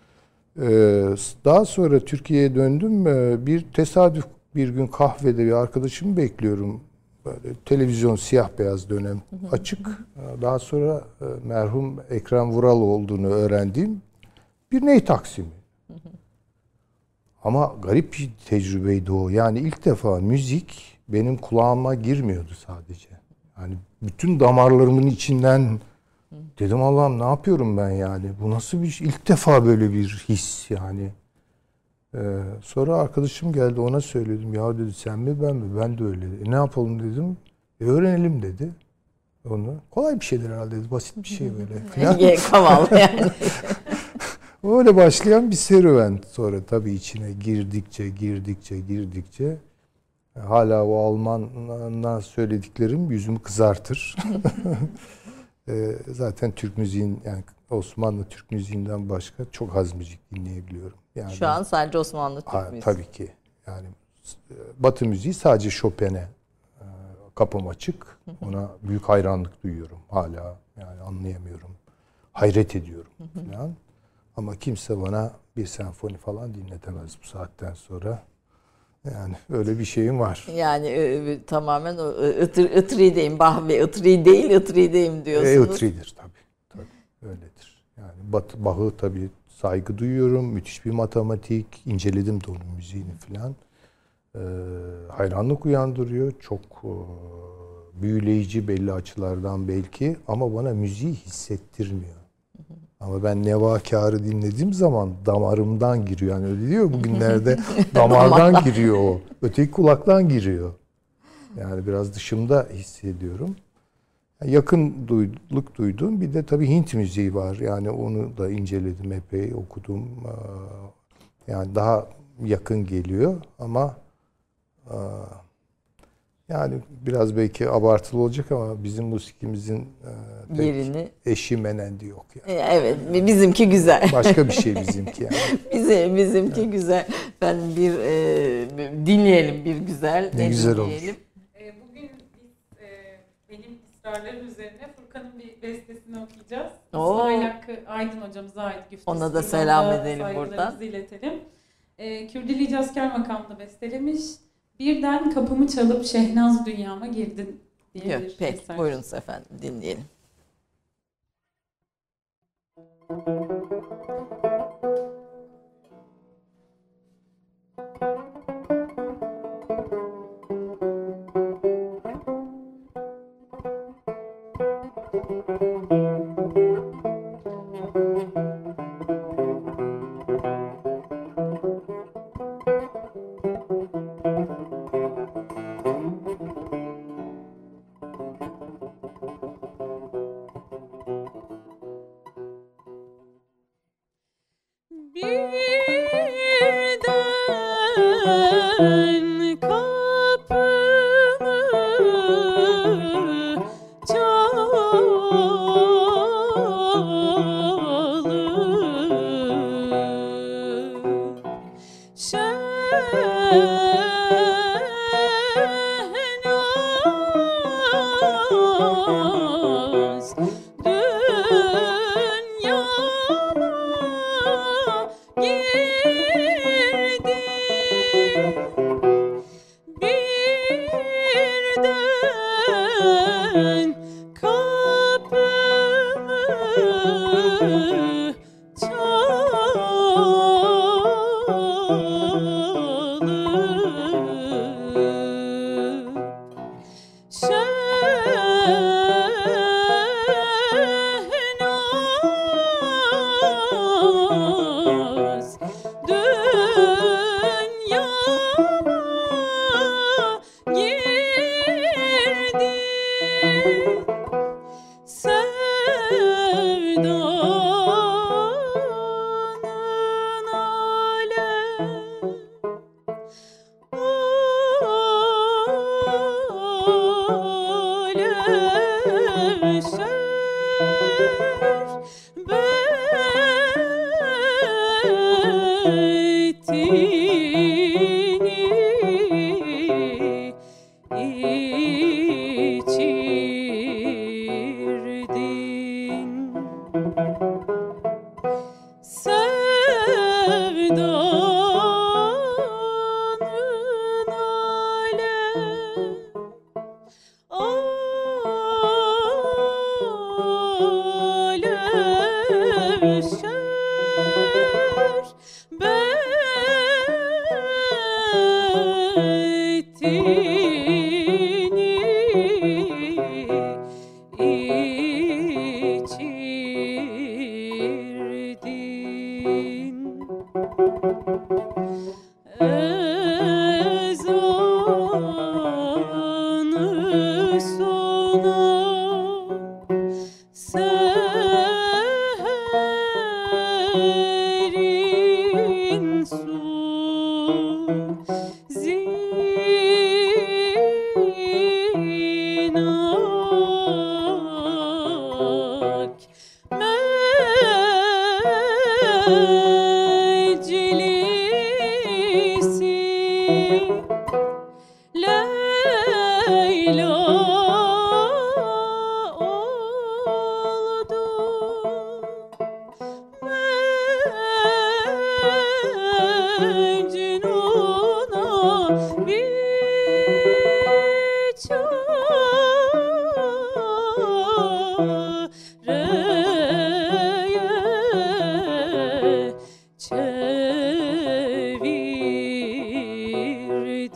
Speaker 3: Daha sonra Türkiye'ye döndüm. Bir tesadüf bir gün kahvede bir arkadaşımı bekliyorum. Böyle televizyon siyah beyaz dönem açık. Daha sonra merhum Ekrem Vural olduğunu öğrendiğim bir ney taksimi. Ama garip bir tecrübeydi o. Yani ilk defa müzik benim kulağıma girmiyordu sadece. Yani bütün damarlarımın içinden dedim Allah'ım ne yapıyorum ben yani? Bu nasıl bir şey? İlk defa böyle bir his yani. Sonra arkadaşım geldi ona söyledim. Ya dedi sen mi ben mi? Ben de öyle. Ne yapalım dedim. Öğrenelim dedi. Onu. Kolay bir şeydir herhalde dedi. Basit bir şey böyle.
Speaker 2: Kaval yani.
Speaker 3: Öyle başlayan bir serüven. Sonra tabii içine girdikçe hala o Alman'dan söylediklerim yüzümü kızartır. Zaten Türk müziğin yani Osmanlı Türk müziğinden başka çok az müzik dinleyebiliyorum. Yani,
Speaker 2: şu an sadece Osmanlı Türk müziği.
Speaker 3: Tabii ki. Yani Batı müziği sadece Chopin'e kapım açık. Ona büyük hayranlık duyuyorum hala. Yani anlayamıyorum. Hayret ediyorum falan. Ama kimse bana bir senfoni falan dinletemez bu saatten sonra. Yani öyle bir şeyim var.
Speaker 2: Yani tamamen o Itri'deyim. Bach ve Itri değil, Itri'deyim diyorsunuz.
Speaker 3: Itri'dir tabii. Öyledir. Yani Bach'ı tabii saygı duyuyorum. Müthiş bir matematik. İnceledim de onun müziğini falan. Hayranlık uyandırıyor. Çok büyüleyici belli açılardan belki. Ama bana müziği hissettirmiyor. Ama ben Nevakâr'ı dinlediğim zaman damarımdan giriyor. Yani öyle diyor bugünlerde damardan giriyor o. Öteki kulaktan giriyor. Yani biraz dışımda hissediyorum. Yakınlık duyduğum bir de tabii Hint müziği var. Yani onu da inceledim, epey okudum. Yani daha yakın geliyor ama yani biraz belki abartılı olacak ama bizim musikimizin
Speaker 2: yerini
Speaker 3: eşi menendi yok yani.
Speaker 2: Evet, bizimki güzel.
Speaker 3: Başka bir şey bizimki yani.
Speaker 2: Bizimki güzel. Ben dinleyelim bir güzel.
Speaker 3: Ne güzel
Speaker 2: dinleyelim?
Speaker 1: Bugün biz benim ısrarlarım üzerine Furkan'ın bir bestesini okuyacağız.
Speaker 2: Oo.
Speaker 1: İsmail Hakkı Aydın hocamıza ait güftesi.
Speaker 2: Ona da selam
Speaker 1: Ona
Speaker 2: edelim buradan.
Speaker 1: saygılarımızı iletelim. Kürdili Cazkar makamında bestelemiş. Birden kapımı çalıp Şehnaz dünyama girdin diye bir
Speaker 2: Peki,
Speaker 1: eser.
Speaker 2: buyurunuz efendim, dinleyelim.
Speaker 1: Birden kapımı çalıp Şehnaz dünyama girdi. Birden kapımı çalıp Şehnaz dünyama girdi. Sevdanın alem beytini içirdin. Sevdanın alem alev şer beytini içirdin. Ezanı sona seherin su zinak meclisi Leyla oldu. Mecnun'a biçareye çevirdin.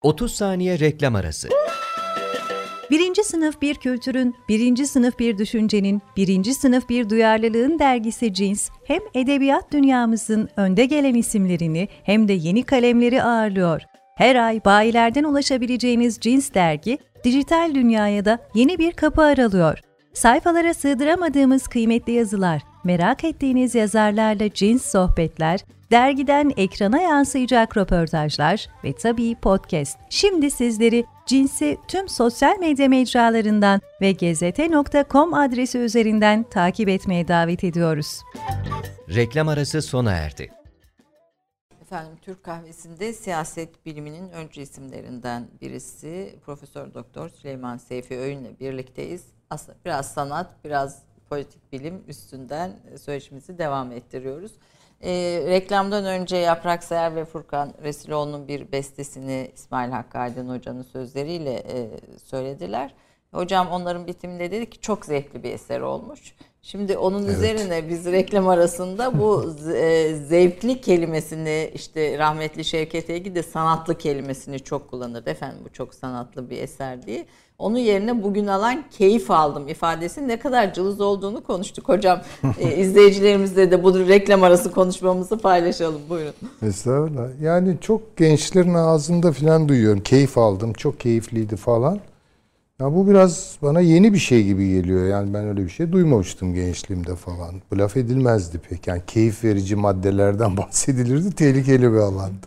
Speaker 4: 30 saniye reklam arası.
Speaker 5: Birinci sınıf bir kültürün, birinci sınıf bir düşüncenin, birinci sınıf bir duyarlılığın dergisi Cins, hem edebiyat dünyamızın önde gelen isimlerini hem de yeni kalemleri ağırlıyor. Her ay bayilerden ulaşabileceğiniz Cins dergi, dijital dünyaya da yeni bir kapı aralıyor. Sayfalara sığdıramadığımız kıymetli yazılar, merak ettiğiniz yazarlarla cins sohbetler, dergiden ekrana yansıyacak röportajlar ve tabii podcast. Şimdi sizleri Cins'i tüm sosyal medya mecralarından ve gezete.com adresi üzerinden takip etmeye davet ediyoruz.
Speaker 4: Reklam arası sona erdi.
Speaker 2: Efendim, Türk Kahvesi'nde siyaset biliminin öncü isimlerinden birisi Profesör Doktor Süleyman Seyfi Öğün'le birlikteyiz. Aslında biraz sanat, biraz politik bilim üstünden söyleşimizi devam ettiriyoruz. Reklamdan önce Yaprak Sayar ve Furkan Resiloğlu'nun bir bestesini İsmail Hakkı Aydın Hoca'nın sözleriyle söylediler. Hocam onların bitiminde dedi ki çok zevkli bir eser olmuş. Şimdi onun üzerine biz reklam arasında bu zevkli kelimesini, işte rahmetli Şevket Egi de sanatlı kelimesini çok kullanırdı. Efendim bu çok sanatlı bir eser diye. Onun yerine bugün alan keyif aldım ifadesinin ne kadar cılız olduğunu konuştuk hocam. İzleyicilerimizle de bu reklam arası konuşmamızı paylaşalım. Buyurun.
Speaker 3: Estağfurullah. Yani çok gençlerin ağzında falan duyuyorum. Keyif aldım, çok keyifliydi falan. Ya bu biraz bana yeni bir şey gibi geliyor. Yani ben öyle bir şey duymamıştım gençliğimde falan. Bu laf edilmezdi pek. Yani keyif verici maddelerden bahsedilirdi. Tehlikeli bir alandı.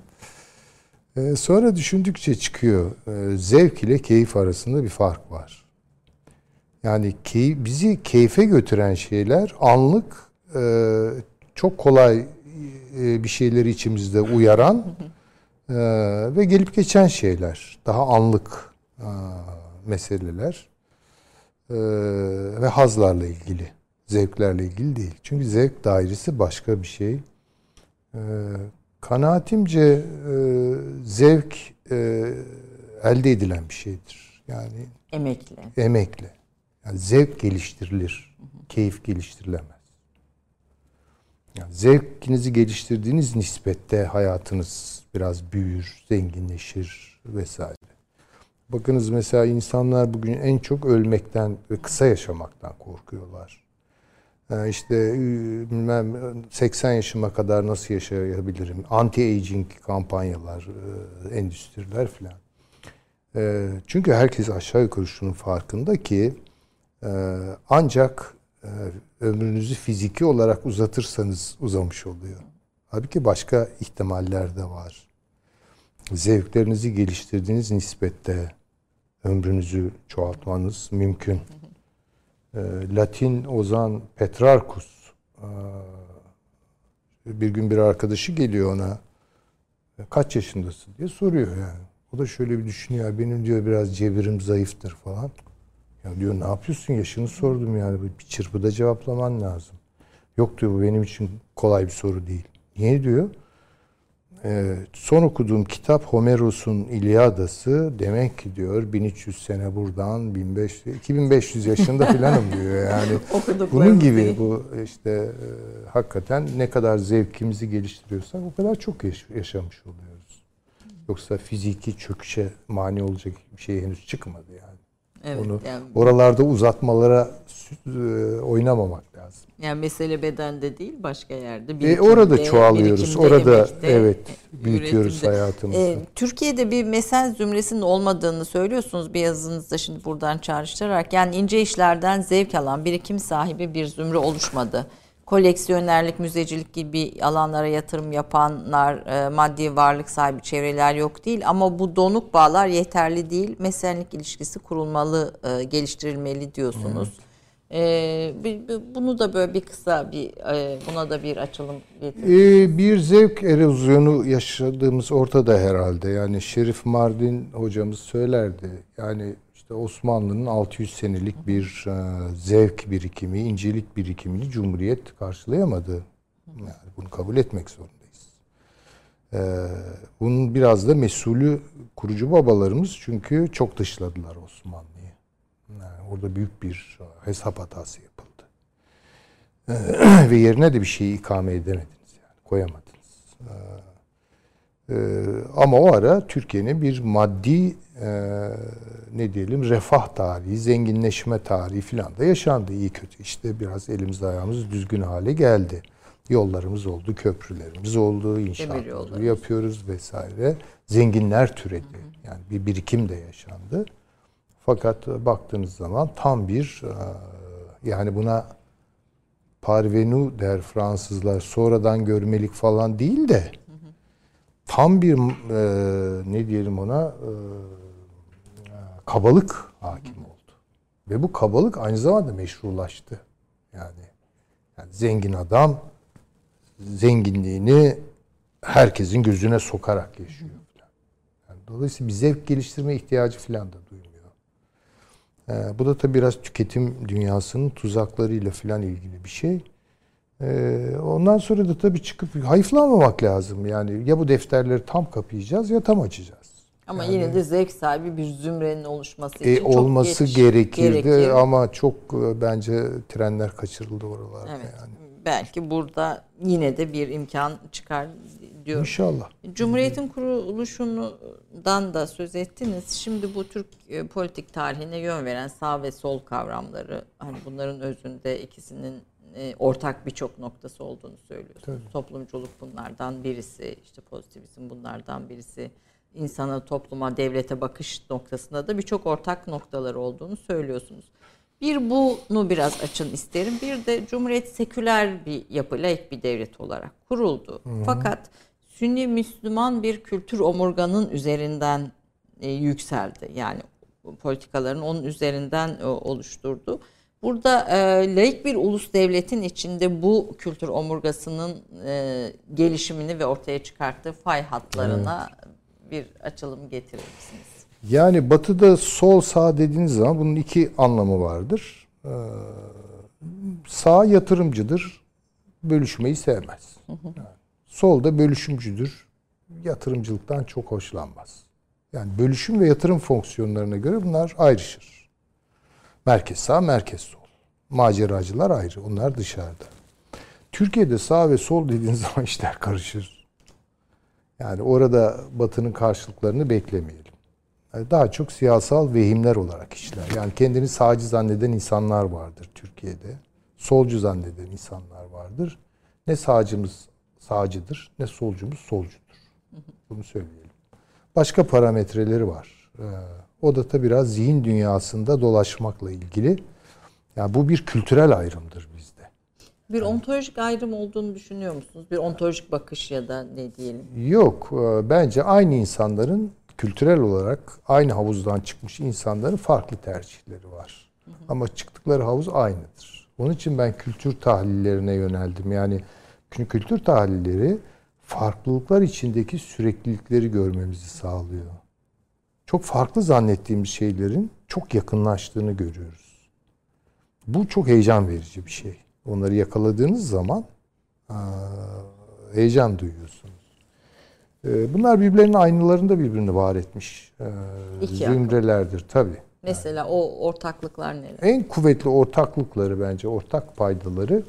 Speaker 3: Sonra düşündükçe çıkıyor. Zevk ile keyif arasında bir fark var. Yani bizi keyfe götüren şeyler anlık, çok kolay bir şeyleri içimizde uyaran ve gelip geçen şeyler. Daha anlık meseleler ve hazlarla ilgili, zevklerle ilgili değil. Çünkü zevk dairesi başka bir şey. Kanaatimce zevk elde edilen bir şeydir. Yani emekle. Yani zevk geliştirilir, keyif geliştirilemez. Yani zevkinizi geliştirdiğiniz nispette hayatınız biraz büyür, zenginleşir vesaire. Bakınız mesela insanlar bugün en çok ölmekten ve kısa yaşamaktan korkuyorlar. İşte bilmem 80 yaşıma kadar nasıl yaşayabilirim? Anti-aging kampanyalar, endüstriler filan. Çünkü herkes aşağı yukarı şunun farkında ki ancak ömrünüzü fiziki olarak uzatırsanız uzamış oluyor. Halbuki başka ihtimaller de var. Zevklerinizi geliştirdiğiniz nispette ömrünüzü çoğaltmanız mümkün. Latin ozan Petrarchus bir gün bir arkadaşı geliyor ona, kaç yaşındasın diye soruyor yani. O da şöyle bir düşünüyor, benim diyor biraz cebirim zayıftır falan. Ya diyor ne yapıyorsun, yaşını sordum yani, bir çırpıda cevaplaman lazım. Yok diyor, bu benim için kolay bir soru değil. Niye diyor? Son okuduğum kitap Homeros'un İlyadası, demek ki diyor 1300 sene buradan 2500 yaşında filanım diyor yani. Bunun gibi bu işte hakikaten ne kadar zevkimizi geliştiriyorsak o kadar çok yaşamış oluyoruz. Yoksa fiziki çöküşe mani olacak bir şey henüz çıkmadı yani. Evet, onu yani, oralarda uzatmalara oynamamak lazım.
Speaker 2: Yani mesele bedende değil, başka yerde.
Speaker 3: Orada çoğalıyoruz. Orada büyütüyoruz hayatımızı.
Speaker 2: Türkiye'de bir mesel zümresinin olmadığını söylüyorsunuz bir yazınızda, şimdi buradan çağrıştırarak. Yani ince işlerden zevk alan, birikim sahibi bir zümre oluşmadı. Koleksiyonerlik, müzecilik gibi alanlara yatırım yapanlar, maddi varlık sahibi çevreler yok değil. Ama bu donuk bağlar yeterli değil. Mesellik ilişkisi kurulmalı, geliştirilmeli diyorsunuz. Bunu da böyle bir kısa buna da bir açılım getirin.
Speaker 3: Bir zevk erozyonu yaşadığımız ortada herhalde. Yani Şerif Mardin hocamız söylerdi. Yani işte Osmanlı'nın 600 senelik bir zevk birikimi, incelik birikimini Cumhuriyet karşılayamadı. Yani bunu kabul etmek zorundayız. Bunun biraz da mesulü kurucu babalarımız, çünkü çok dışladılar Osmanlı'yı. Yani orada büyük bir hesap hatası yapıldı. Ve yerine de bir şeyi ikame edemediniz yani, koyamadınız. Ama o ara Türkiye'nin bir maddi ne diyelim refah tarihi, zenginleşme tarihi filan da yaşandı iyi kötü. İşte biraz elimiz ayağımız düzgün hale geldi. Yollarımız oldu, köprülerimiz oldu, inşaatları yapıyoruz vesaire. Zenginler türedi. Yani bir birikim de yaşandı. Fakat baktığınız zaman tam bir yani buna parvenu der Fransızlar, sonradan görmelik falan değil de tam bir ne diyelim ona kabalık hakim oldu. Ve bu kabalık aynı zamanda meşrulaştı. Yani zengin adam zenginliğini herkesin gözüne sokarak yaşıyor. Yani dolayısıyla bir zevk geliştirme ihtiyacı falan da duymuyor. Bu da tabii biraz tüketim dünyasının tuzaklarıyla falan ilgili bir şey. Ondan sonra da tabii çıkıp hayıflanmamak lazım. Yani ya bu defterleri tam kapayacağız ya tam açacağız.
Speaker 2: Ama yani, yine de zevk sahibi bir zümrenin oluşması için
Speaker 3: olması
Speaker 2: çok
Speaker 3: gerekirdi ama çok bence trenler kaçırıldı oralarda.
Speaker 2: Evet.
Speaker 3: Yani.
Speaker 2: Belki burada yine de bir imkan çıkar diyorum.
Speaker 3: İnşallah.
Speaker 2: Cumhuriyet'in kuruluşundan da söz ettiniz. Şimdi bu Türk politik tarihine yön veren sağ ve sol kavramları, hani bunların özünde ikisinin ortak birçok noktası olduğunu söylüyorsunuz. Tabii. Toplumculuk bunlardan birisi, işte pozitivizm bunlardan birisi. İnsana, topluma, devlete bakış noktasında da birçok ortak noktaları olduğunu söylüyorsunuz. Bir bunu biraz açın isterim. Bir de Cumhuriyet seküler bir yapı, laik bir devlet olarak kuruldu. Fakat Sünni Müslüman bir kültür omurganın üzerinden yükseldi. Yani politikalarını onun üzerinden oluşturdu. Burada laik bir ulus devletin içinde bu kültür omurgasının gelişimini ve ortaya çıkarttığı fay hatlarına bir açılım getirir misiniz?
Speaker 3: Yani Batı'da sol sağ dediğiniz zaman bunun iki anlamı vardır. Sağ yatırımcıdır, bölüşmeyi sevmez. Yani sol da bölüşümcüdür, yatırımcılıktan çok hoşlanmaz. Yani bölüşüm ve yatırım fonksiyonlarına göre bunlar ayrışır. Merkez sağ, merkez sol. Maceracılar ayrı, onlar dışarıda. Türkiye'de sağ ve sol dediğiniz zaman işler karışır. Yani orada Batı'nın karşılıklarını beklemeyelim. Yani daha çok siyasal vehimler olarak işler. Yani kendini sağcı zanneden insanlar vardır Türkiye'de. Solcu zanneden insanlar vardır. Ne sağcımız sağcıdır, ne solcumuz solcudur. Bunu söyleyelim. Başka parametreleri var. O da tabii biraz zihin dünyasında dolaşmakla ilgili. Yani bu bir kültürel ayrımdır bizde.
Speaker 2: Bir ontolojik ayrım olduğunu düşünüyor musunuz? Bir ontolojik bakış ya da ne diyelim?
Speaker 3: Yok. Bence aynı insanların kültürel olarak aynı havuzdan çıkmış insanların farklı tercihleri var. Ama çıktıkları havuz aynıdır. Onun için ben kültür tahlillerine yöneldim. Yani kültür tahlilleri farklılıklar içindeki süreklilikleri görmemizi sağlıyor. Çok farklı zannettiğimiz şeylerin çok yakınlaştığını görüyoruz. Bu çok heyecan verici bir şey. Onları yakaladığınız zaman heyecan duyuyorsunuz. Bunlar birbirlerinin aynalarında birbirini var etmiş zümrelerdir tabii.
Speaker 2: Mesela o ortaklıklar neler?
Speaker 3: En kuvvetli ortaklıkları bence, ortak paydaları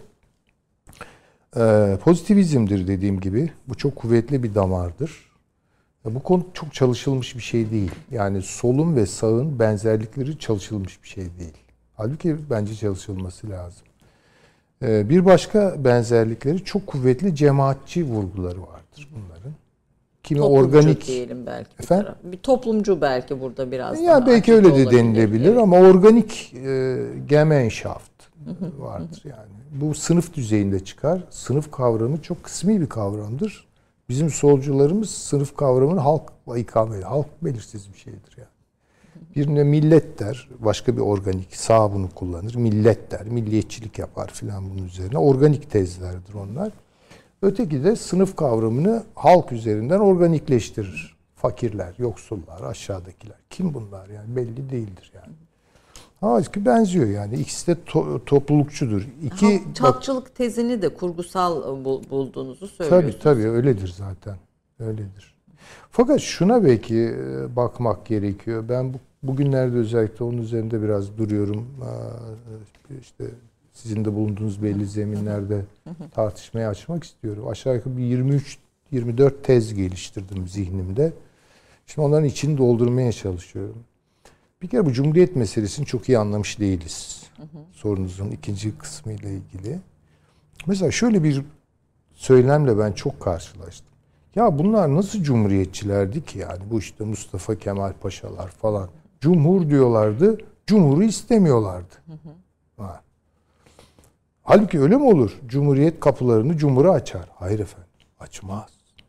Speaker 3: pozitivizmdir dediğim gibi. Bu çok kuvvetli bir damardır. Bu konu çok çalışılmış bir şey değil. Yani solun ve sağın benzerlikleri çalışılmış bir şey değil. Halbuki bence çalışılması lazım. Bir başka benzerlikleri çok kuvvetli cemaatçi vurguları vardır bunların. Kimi
Speaker 2: toplumcu
Speaker 3: organik
Speaker 2: diyelim belki.
Speaker 3: Efendim?
Speaker 2: Bir toplumcu belki burada biraz.
Speaker 3: Ya belki öyle de denilebilir evet. Ama organik Gemeinschaft vardır yani. Bu sınıf düzeyinde çıkar. Sınıf kavramı çok kısmi bir kavramdır. Bizim solcularımız sınıf kavramını halkla ikame eder. Halk belirsiz bir şeydir yani. Birine millet der, başka bir organik, sağ bunu kullanır. Millet der, milliyetçilik yapar filan bunun üzerine. Organik tezlerdir onlar. Öteki de sınıf kavramını halk üzerinden organikleştirir. Fakirler, yoksullar, aşağıdakiler. Kim bunlar yani belli değildir yani. Halbuki benziyor yani. İkisi de toplulukçudur.
Speaker 2: Halkçılık tezini de kurgusal bulduğunuzu söylüyorsunuz.
Speaker 3: Tabii öyledir zaten. Öyledir. Fakat şuna belki bakmak gerekiyor. Ben bugünlerde özellikle onun üzerinde biraz duruyorum. İşte sizin de bulunduğunuz belli zeminlerde tartışmaya açmak istiyorum. Aşağı yukarı bir 23 24 tez geliştirdim zihnimde. Şimdi onların içini doldurmaya çalışıyorum. Bir kere bu Cumhuriyet meselesini çok iyi anlamış değiliz. Sorunuzun ikinci kısmıyla ilgili. Mesela şöyle bir söylemle ben çok karşılaştım. Ya bunlar nasıl cumhuriyetçilerdi ki yani? Bu işte Mustafa Kemal Paşalar falan. Cumhur diyorlardı, cumhuru istemiyorlardı. Ha. Halbuki öyle mi olur? Cumhuriyet kapılarını cumhura açar. Hayır efendim, açmaz.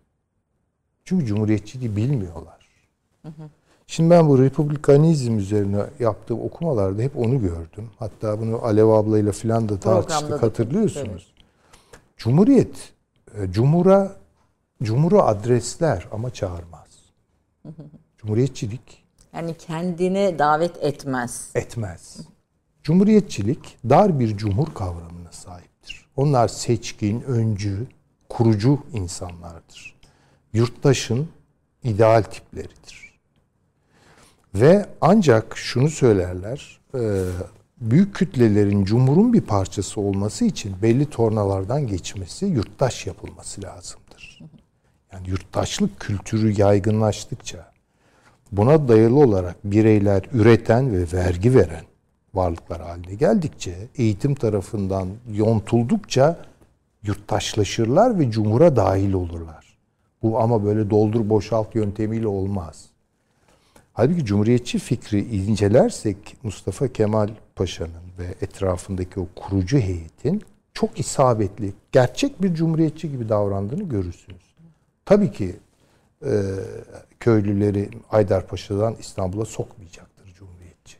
Speaker 3: Çünkü cumhuriyetçiliği bilmiyorlar. Şimdi ben bu republikanizm üzerine yaptığım okumalarda hep onu gördüm. Hatta bunu Alev ablayla filan da tartıştık, hatırlıyorsunuz. Evet. Cumhuriyet, cumhuru adresler ama çağırmaz. Cumhuriyetçilik
Speaker 2: yani kendine davet etmez.
Speaker 3: Etmez. Cumhuriyetçilik dar bir cumhur kavramına sahiptir. Onlar seçkin, öncü, kurucu insanlardır. Yurttaşın ideal tipleridir. Ve ancak şunu söylerler, büyük kütlelerin cumhurun bir parçası olması için belli tornalardan geçmesi, yurttaş yapılması lazımdır. Yani yurttaşlık kültürü yaygınlaştıkça, buna dayalı olarak bireyler üreten ve vergi veren varlıklar haline geldikçe, eğitim tarafından yontuldukça yurttaşlaşırlar ve cumhura dahil olurlar. Bu ama böyle doldur boşalt yöntemiyle olmaz. Halbuki cumhuriyetçi fikri incelersek Mustafa Kemal Paşa'nın ve etrafındaki o kurucu heyetin çok isabetli, gerçek bir cumhuriyetçi gibi davrandığını görürsünüz. Tabii ki köylüleri Haydarpaşa'dan İstanbul'a sokmayacaktır cumhuriyetçi.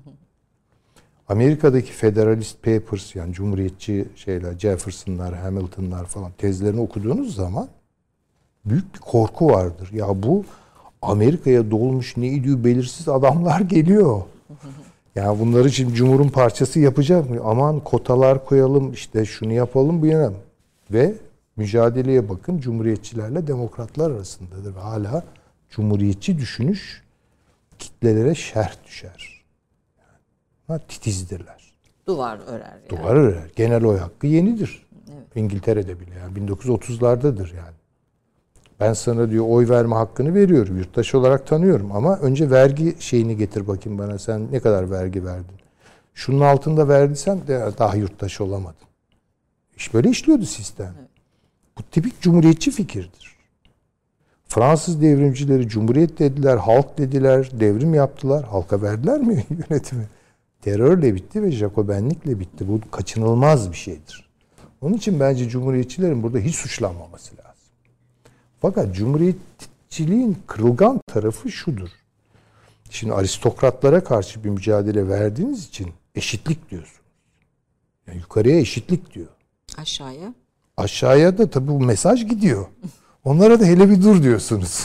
Speaker 3: Amerika'daki Federalist Papers, yani cumhuriyetçi şeyler, Jefferson'lar, Hamilton'lar falan tezlerini okuduğunuz zaman büyük bir korku vardır. Ya bu Amerika'ya dolmuş ne idüğü belirsiz adamlar geliyor. Yani bunları şimdi cumhurun parçası yapacak mı? Aman kotalar koyalım, işte şunu yapalım, bu yana. Ve mücadeleye bakın, cumhuriyetçilerle demokratlar arasındadır. Ve hala cumhuriyetçi düşünüş kitlelere şerh düşer. Yani, titizdirler.
Speaker 2: Duvar örer. Yani.
Speaker 3: Duvar örer. Genel oy hakkı yenidir. Evet. İngiltere'de bile yani 1930'lardadır yani. Ben sana diyor oy verme hakkını veriyorum. Yurttaş olarak tanıyorum ama önce vergi şeyini getir bakayım bana. Sen ne kadar vergi verdin? Şunun altında verdiysen de daha yurttaş olamadın. İş böyle işliyordu sistem. Evet. Bu tipik cumhuriyetçi fikirdir. Fransız devrimcileri cumhuriyet dediler, halk dediler, devrim yaptılar. Halka verdiler mi yönetimi? Terörle bitti ve Jacobenlikle bitti. Bu kaçınılmaz bir şeydir. Onun için bence cumhuriyetçilerin burada hiç suçlanmaması lazım. Fakat cumhuriyetçiliğin kırılgan tarafı şudur. Şimdi aristokratlara karşı bir mücadele verdiğiniz için eşitlik diyorsunuz. Yani yukarıya eşitlik diyor.
Speaker 2: Aşağıya? Aşağıya
Speaker 3: da tabii bu mesaj gidiyor. Onlara da hele bir dur diyorsunuz.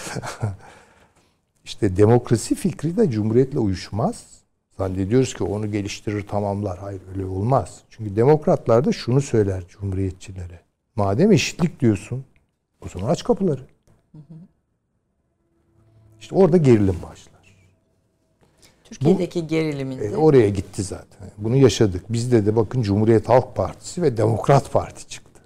Speaker 3: İşte demokrasi fikri de cumhuriyetle uyuşmaz. Zannediyoruz ki onu geliştirir, tamamlar. Hayır, öyle olmaz. Çünkü demokratlar da şunu söyler cumhuriyetçilere. Madem eşitlik diyorsun, o zaman aç kapıları. İşte orada gerilim başlar.
Speaker 2: Türkiye'deki geriliminde.
Speaker 3: Oraya gitti zaten. Bunu yaşadık. Bizde de bakın Cumhuriyet Halk Partisi ve Demokrat Parti çıktı.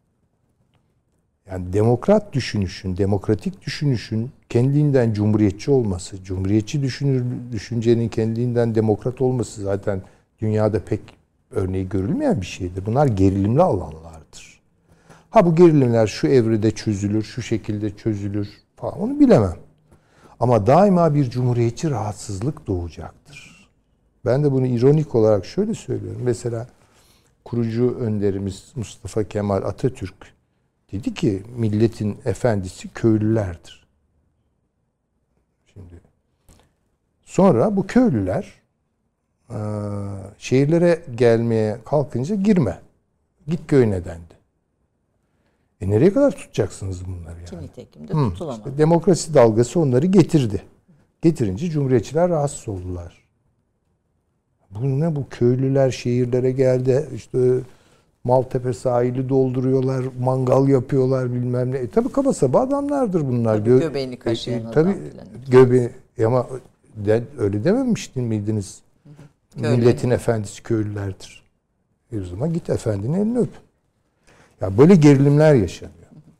Speaker 3: Yani demokrat düşünüşün, demokratik düşünüşün kendinden cumhuriyetçi olması, cumhuriyetçi düşüncenin kendinden demokrat olması zaten dünyada pek örneği görülmeyen bir şeydir. Bunlar gerilimli alanlardır. Ha bu gerilimler şu evrede çözülür, şu şekilde çözülür falan onu bilemem. Ama daima bir cumhuriyetçi rahatsızlık doğacaktır. Ben de bunu ironik olarak şöyle söylüyorum. Mesela kurucu önderimiz Mustafa Kemal Atatürk dedi ki milletin efendisi köylülerdir. Şimdi sonra bu köylüler şehirlere gelmeye kalkınca girme. Git köyüne dendi. Nereye kadar tutacaksınız bunları yani?
Speaker 2: Nitekim de tutulamaz.
Speaker 3: İşte demokrasi dalgası onları getirdi. Getirince cumhuriyetçiler rahatsız oldular. Bu ne bu köylüler şehirlere geldi. İşte Maltepe sahili dolduruyorlar, mangal yapıyorlar bilmem ne. Tabii kaba saba adamlardır bunlar.
Speaker 2: Tabii göbeğini kaşıyan adam.
Speaker 3: Tabii göbeği ama öyle dememiştin miydiniz? Milletin efendisi köylülerdir. O zaman git efendinin elini öp. Ya böyle gerilimler yaşanıyor.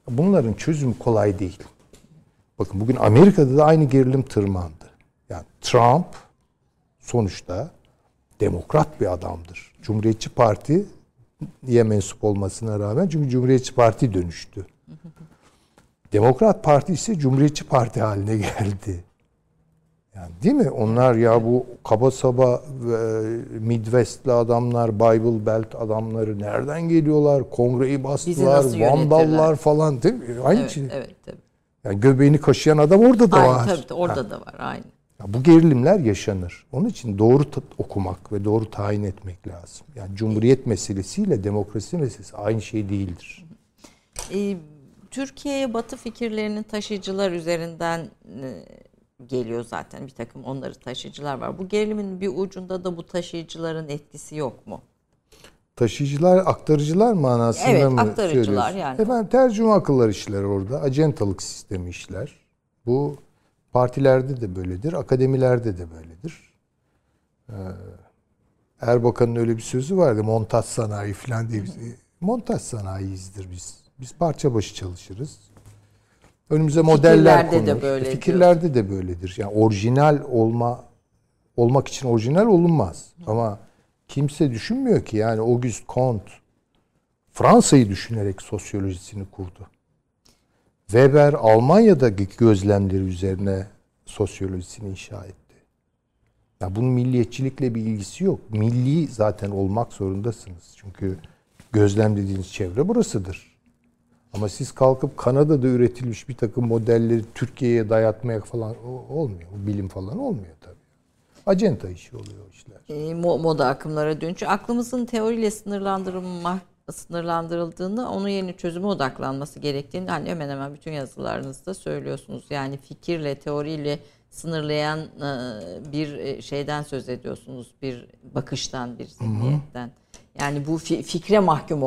Speaker 3: Bunların çözümü kolay değil. Bakın bugün Amerika'da da aynı gerilim tırmandı. Yani Trump sonuçta demokrat bir adamdır. Cumhuriyetçi Parti'ye mensup olmasına rağmen, çünkü Cumhuriyetçi Parti dönüştü. Demokrat Parti ise Cumhuriyetçi Parti haline geldi. Yani değil mi? Onlar ya bu kaba saba Midwest'li adamlar, Bible Belt adamları nereden geliyorlar? Kongreyi bastılar, vandallar falan değil mi? Aynı şey.
Speaker 2: Evet, tabii.
Speaker 3: Yani göbeğini kaşıyan adam orada da var.
Speaker 2: Tabii, orada da var aynı.
Speaker 3: Ya bu gerilimler yaşanır. Onun için doğru okumak ve doğru tayin etmek lazım. Yani cumhuriyet meselesiyle demokrasi meselesi aynı şey değildir.
Speaker 2: Türkiye'ye Batı fikirlerinin taşıyıcılar üzerinden geliyor zaten. Bir takım onları taşıyıcılar var. Bu gerilimin bir ucunda da bu taşıyıcıların etkisi yok mu?
Speaker 3: Taşıyıcılar, aktarıcılar manasında
Speaker 2: evet,
Speaker 3: mı
Speaker 2: aktarıcılar
Speaker 3: söylüyorsun?
Speaker 2: yani.
Speaker 3: Ben tercüme akıllar işler orada. Acentalık sistemi işler. Bu partilerde de böyledir, akademilerde de böyledir. Erbakan'ın öyle bir sözü vardı. Montaj sanayi falan diye. Montaj sanayiyizdir biz. Biz parça başı çalışırız. Önümüze modeller konur.
Speaker 2: De böyle
Speaker 3: fikirlerde de böyledir. Yani orijinal olmak için orijinal olunmaz. Ama kimse düşünmüyor ki, yani Auguste Comte Fransa'yı düşünerek sosyolojisini kurdu. Weber Almanya'daki gözlemleri üzerine sosyolojisini inşa etti. Yani bunun milliyetçilikle bir ilgisi yok. Milli zaten olmak zorundasınız. Çünkü gözlemlediğiniz çevre burasıdır. Ama siz kalkıp Kanada'da üretilmiş bir takım modelleri Türkiye'ye dayatmaya falan olmuyor. Bilim falan olmuyor tabii. Acenta işi oluyor o işler.
Speaker 2: Moda akımlara dönüşü. Aklımızın teoriyle sınırlandırıldığını, onun yerine çözüme odaklanması gerektiğini hani hemen hemen bütün yazılarınızda söylüyorsunuz. Yani fikirle, teoriyle sınırlayan bir şeyden söz ediyorsunuz. Bir bakıştan, bir zihniyetten. Yani bu fikre mahkum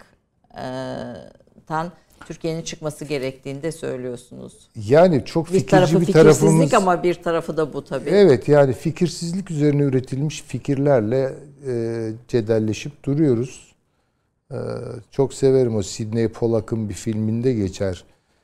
Speaker 2: olmaktan Türkiye'nin çıkması gerektiğini de söylüyorsunuz.
Speaker 3: Yani çok fikirci bir
Speaker 2: tarafımız.
Speaker 3: Fikirsizlik
Speaker 2: ama bir tarafı da bu tabii.
Speaker 3: Evet, yani fikirsizlik üzerine üretilmiş fikirlerle cedelleşip duruyoruz. Çok severim, o Sidney Pollack'ın bir filminde geçer.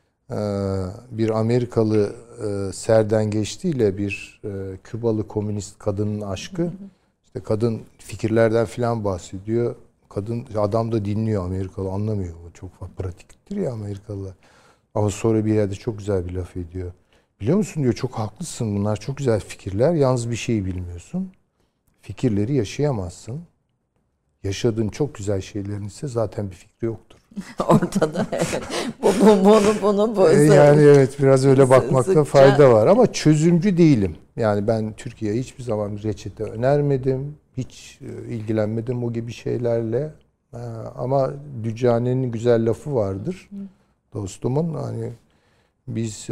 Speaker 3: Bir Amerikalı serdengeçliyle bir Kübalı komünist kadının aşkı. İşte kadın fikirlerden filan bahsediyor. Adam da dinliyor, Amerikalı anlamıyor. O çok pratiktir ya Amerikalılar. Ama sonra bir yerde çok güzel bir laf ediyor. Biliyor musun diyor, çok haklısın, bunlar çok güzel fikirler. Yalnız bir şeyi bilmiyorsun. Fikirleri yaşayamazsın. Yaşadığın çok güzel şeylerin ise zaten bir fikri yoktur.
Speaker 2: Ortada evet. Bunu
Speaker 3: yani evet, biraz öyle bakmakta fayda var. Ama çözümcü değilim. Yani ben Türkiye'ye hiçbir zaman reçete önermedim. Hiç ilgilenmedim o gibi şeylerle. Ama Dücane'nin güzel lafı vardır. Dostumun, hani biz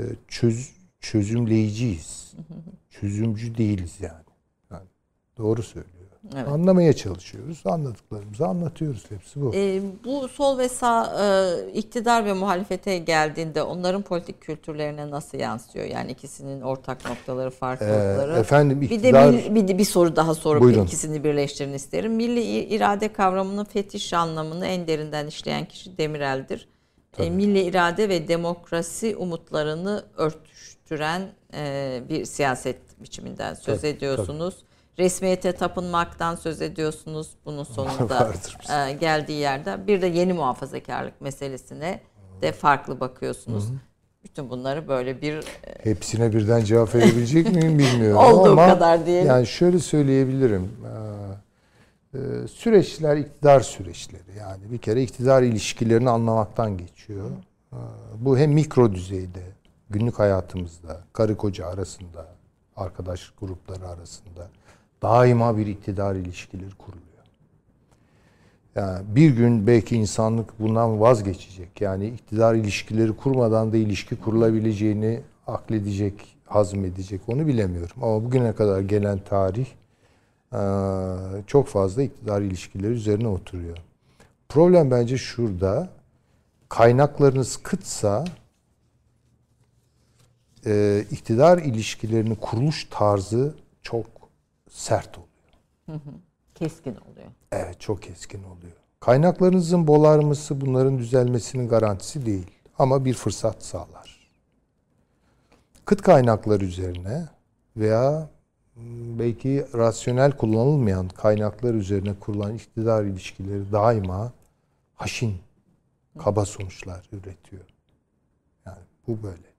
Speaker 3: çözümleyiciyiz. Çözümcü değiliz yani. Doğru söylüyor. Evet. Anlamaya çalışıyoruz. Anladıklarımızı anlatıyoruz. Hepsi bu.
Speaker 2: Bu sol ve sağ iktidar ve muhalefete geldiğinde onların politik kültürlerine nasıl yansıyor? Yani ikisinin ortak noktaları, farklılıkları.
Speaker 3: Efendim iktidar...
Speaker 2: Bir soru daha sorup
Speaker 3: Buyurun.
Speaker 2: ikisini birleştirin isterim. Milli irade kavramının fetiş anlamını en derinden işleyen kişi Demirel'dir. Milli irade ve demokrasi umutlarını örtüştüren bir siyaset biçiminden söz ediyorsunuz. Tabii. Resmiyete tapınmaktan söz ediyorsunuz. Bunun sonunda geldiği yerde. Bir de yeni muhafazakarlık meselesine de farklı bakıyorsunuz. Bütün bunları böyle bir...
Speaker 3: Hepsine birden cevap verebilecek miyim bilmiyorum.
Speaker 2: Olduğu kadar diyelim.
Speaker 3: Yani şöyle söyleyebilirim. Süreçler iktidar süreçleri. Yani bir kere iktidar ilişkilerini anlamaktan geçiyor. Bu hem mikro düzeyde, günlük hayatımızda, karı koca arasında, arkadaş grupları arasında daima bir iktidar ilişkileri kuruluyor. Yani bir gün belki insanlık bundan vazgeçecek. Yani iktidar ilişkileri kurmadan da ilişki kurulabileceğini akledecek, hazmedecek, onu bilemiyorum. Ama bugüne kadar gelen tarih çok fazla iktidar ilişkileri üzerine oturuyor. Problem bence şurada. Kaynaklarınız kıtsa iktidar ilişkilerinin kuruluş tarzı çok sert oluyor.
Speaker 2: Keskin oluyor.
Speaker 3: Evet, çok keskin oluyor. Kaynaklarınızın bol arması bunların düzelmesinin garantisi değil. Ama bir fırsat sağlar. Kıt kaynaklar üzerine veya belki rasyonel kullanılmayan kaynaklar üzerine kurulan iktidar ilişkileri daima haşin, kaba sonuçlar üretiyor. Yani bu böyle.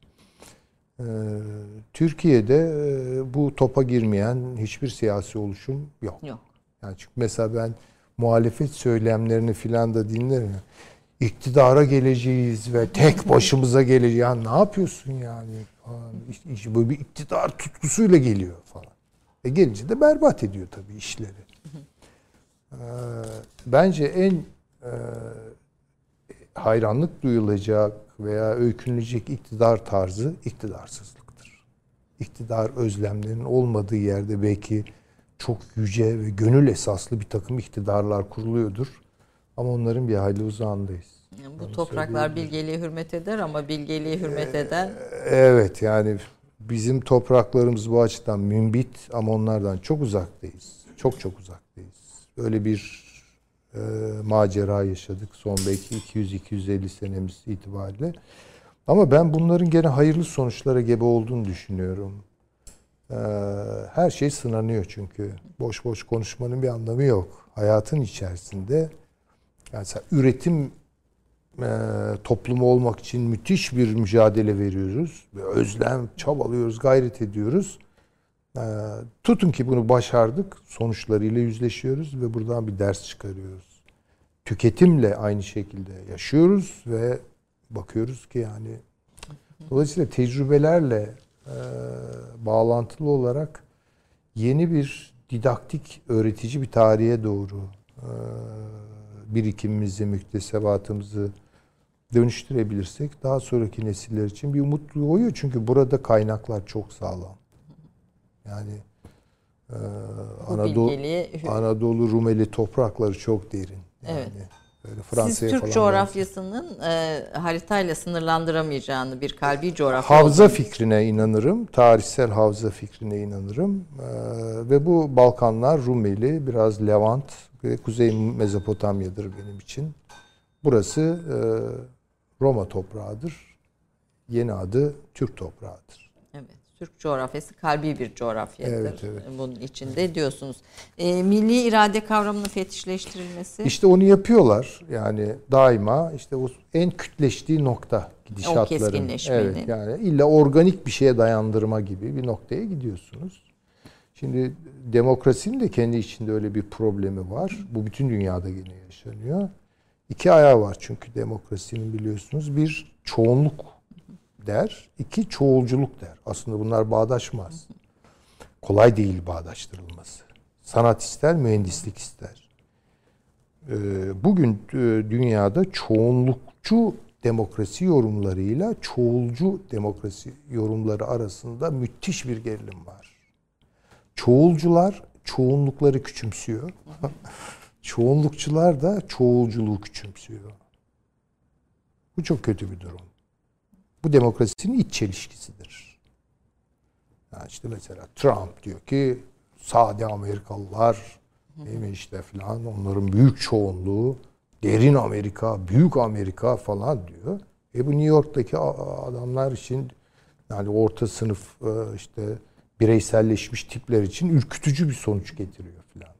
Speaker 3: Türkiye'de bu topa girmeyen hiçbir siyasi oluşum yok. Yani çünkü mesela ben muhalefet söylemlerini filan da dinlerim. İktidara geleceğiz ve tek başımıza geleceğiz. Ya ne yapıyorsun yani? İşte böyle bir iktidar tutkusuyla geliyor falan. Gelince de berbat ediyor tabii işleri. Bence en hayranlık duyulacak veya öykünülecek iktidar tarzı iktidarsızlıktır. İktidar özlemlerinin olmadığı yerde belki çok yüce ve gönül esaslı bir takım iktidarlar kuruluyordur. Ama onların bir hayli uzağındayız.
Speaker 2: Bu onu topraklar bilgeliğe hürmet eder ama bilgeliğe hürmet eden...
Speaker 3: Evet, yani bizim topraklarımız bu açıdan mümbit ama onlardan çok uzaktayız. Çok çok uzaktayız. Öyle bir macera yaşadık son belki 200-250 senemiz itibariyle. Ama ben bunların gene hayırlı sonuçlara gebe olduğunu düşünüyorum. Her şey sınanıyor çünkü. Boş boş konuşmanın bir anlamı yok. Hayatın içerisinde yani üretim toplumu olmak için müthiş bir mücadele veriyoruz. Özlem, çabalıyoruz, gayret ediyoruz. Tutun ki bunu başardık. Sonuçlarıyla yüzleşiyoruz ve buradan bir ders çıkarıyoruz. Tüketimle aynı şekilde yaşıyoruz ve bakıyoruz ki yani dolayısıyla tecrübelerle bağlantılı olarak yeni bir didaktik, öğretici bir tarihe doğru birikimimizi, müktesebatımızı dönüştürebilirsek daha sonraki nesiller için bir umut doğuyor. Çünkü burada kaynaklar çok sağlam. Yani Anadolu Rumeli toprakları çok derin. Yani
Speaker 2: evet.
Speaker 3: Böyle
Speaker 2: Siz Türk coğrafyasının haritayla sınırlandıramayacağını bir kalbi coğrafya
Speaker 3: havza fikrine inanırım. Tarihsel havza fikrine inanırım. Ve bu Balkanlar, Rumeli, biraz Levant ve Kuzey Mezopotamya'dır benim için. Burası Roma toprağıdır. Yeni adı Türk toprağıdır.
Speaker 2: Evet. Türk coğrafyası kalbi bir coğrafyadır.
Speaker 3: Evet, evet.
Speaker 2: Bunun içinde diyorsunuz. Milli irade kavramının fetişleştirilmesi.
Speaker 3: İşte onu yapıyorlar. Yani daima işte o en kütleştiği nokta gidişatların.
Speaker 2: O keskinleşmenin.
Speaker 3: Evet, yani illa organik bir şeye dayandırma gibi bir noktaya gidiyorsunuz. Şimdi demokrasinin de kendi içinde öyle bir problemi var. Bu bütün dünyada yine yaşanıyor. İki ayağı var çünkü demokrasinin biliyorsunuz. Bir çoğunluk der, iki çoğulculuk der. Aslında bunlar bağdaşmaz. Kolay değil bağdaştırılması. Sanat ister, mühendislik ister. Bugün dünyada çoğunlukçu demokrasi yorumlarıyla çoğulcu demokrasi yorumları arasında müthiş bir gerilim var. Çoğulcular çoğunlukları küçümsüyor. Çoğunlukçular da çoğulculuğu küçümsüyor. Bu çok kötü bir durum. Bu demokrasinin iç çelişkisidir. Yani işte mesela Trump diyor ki sade Amerikalılar değil mi işte falan onların büyük çoğunluğu derin Amerika, büyük Amerika falan diyor. Bu New York'taki adamlar için yani orta sınıf işte bireyselleşmiş tipler için ürkütücü bir sonuç getiriyor falan.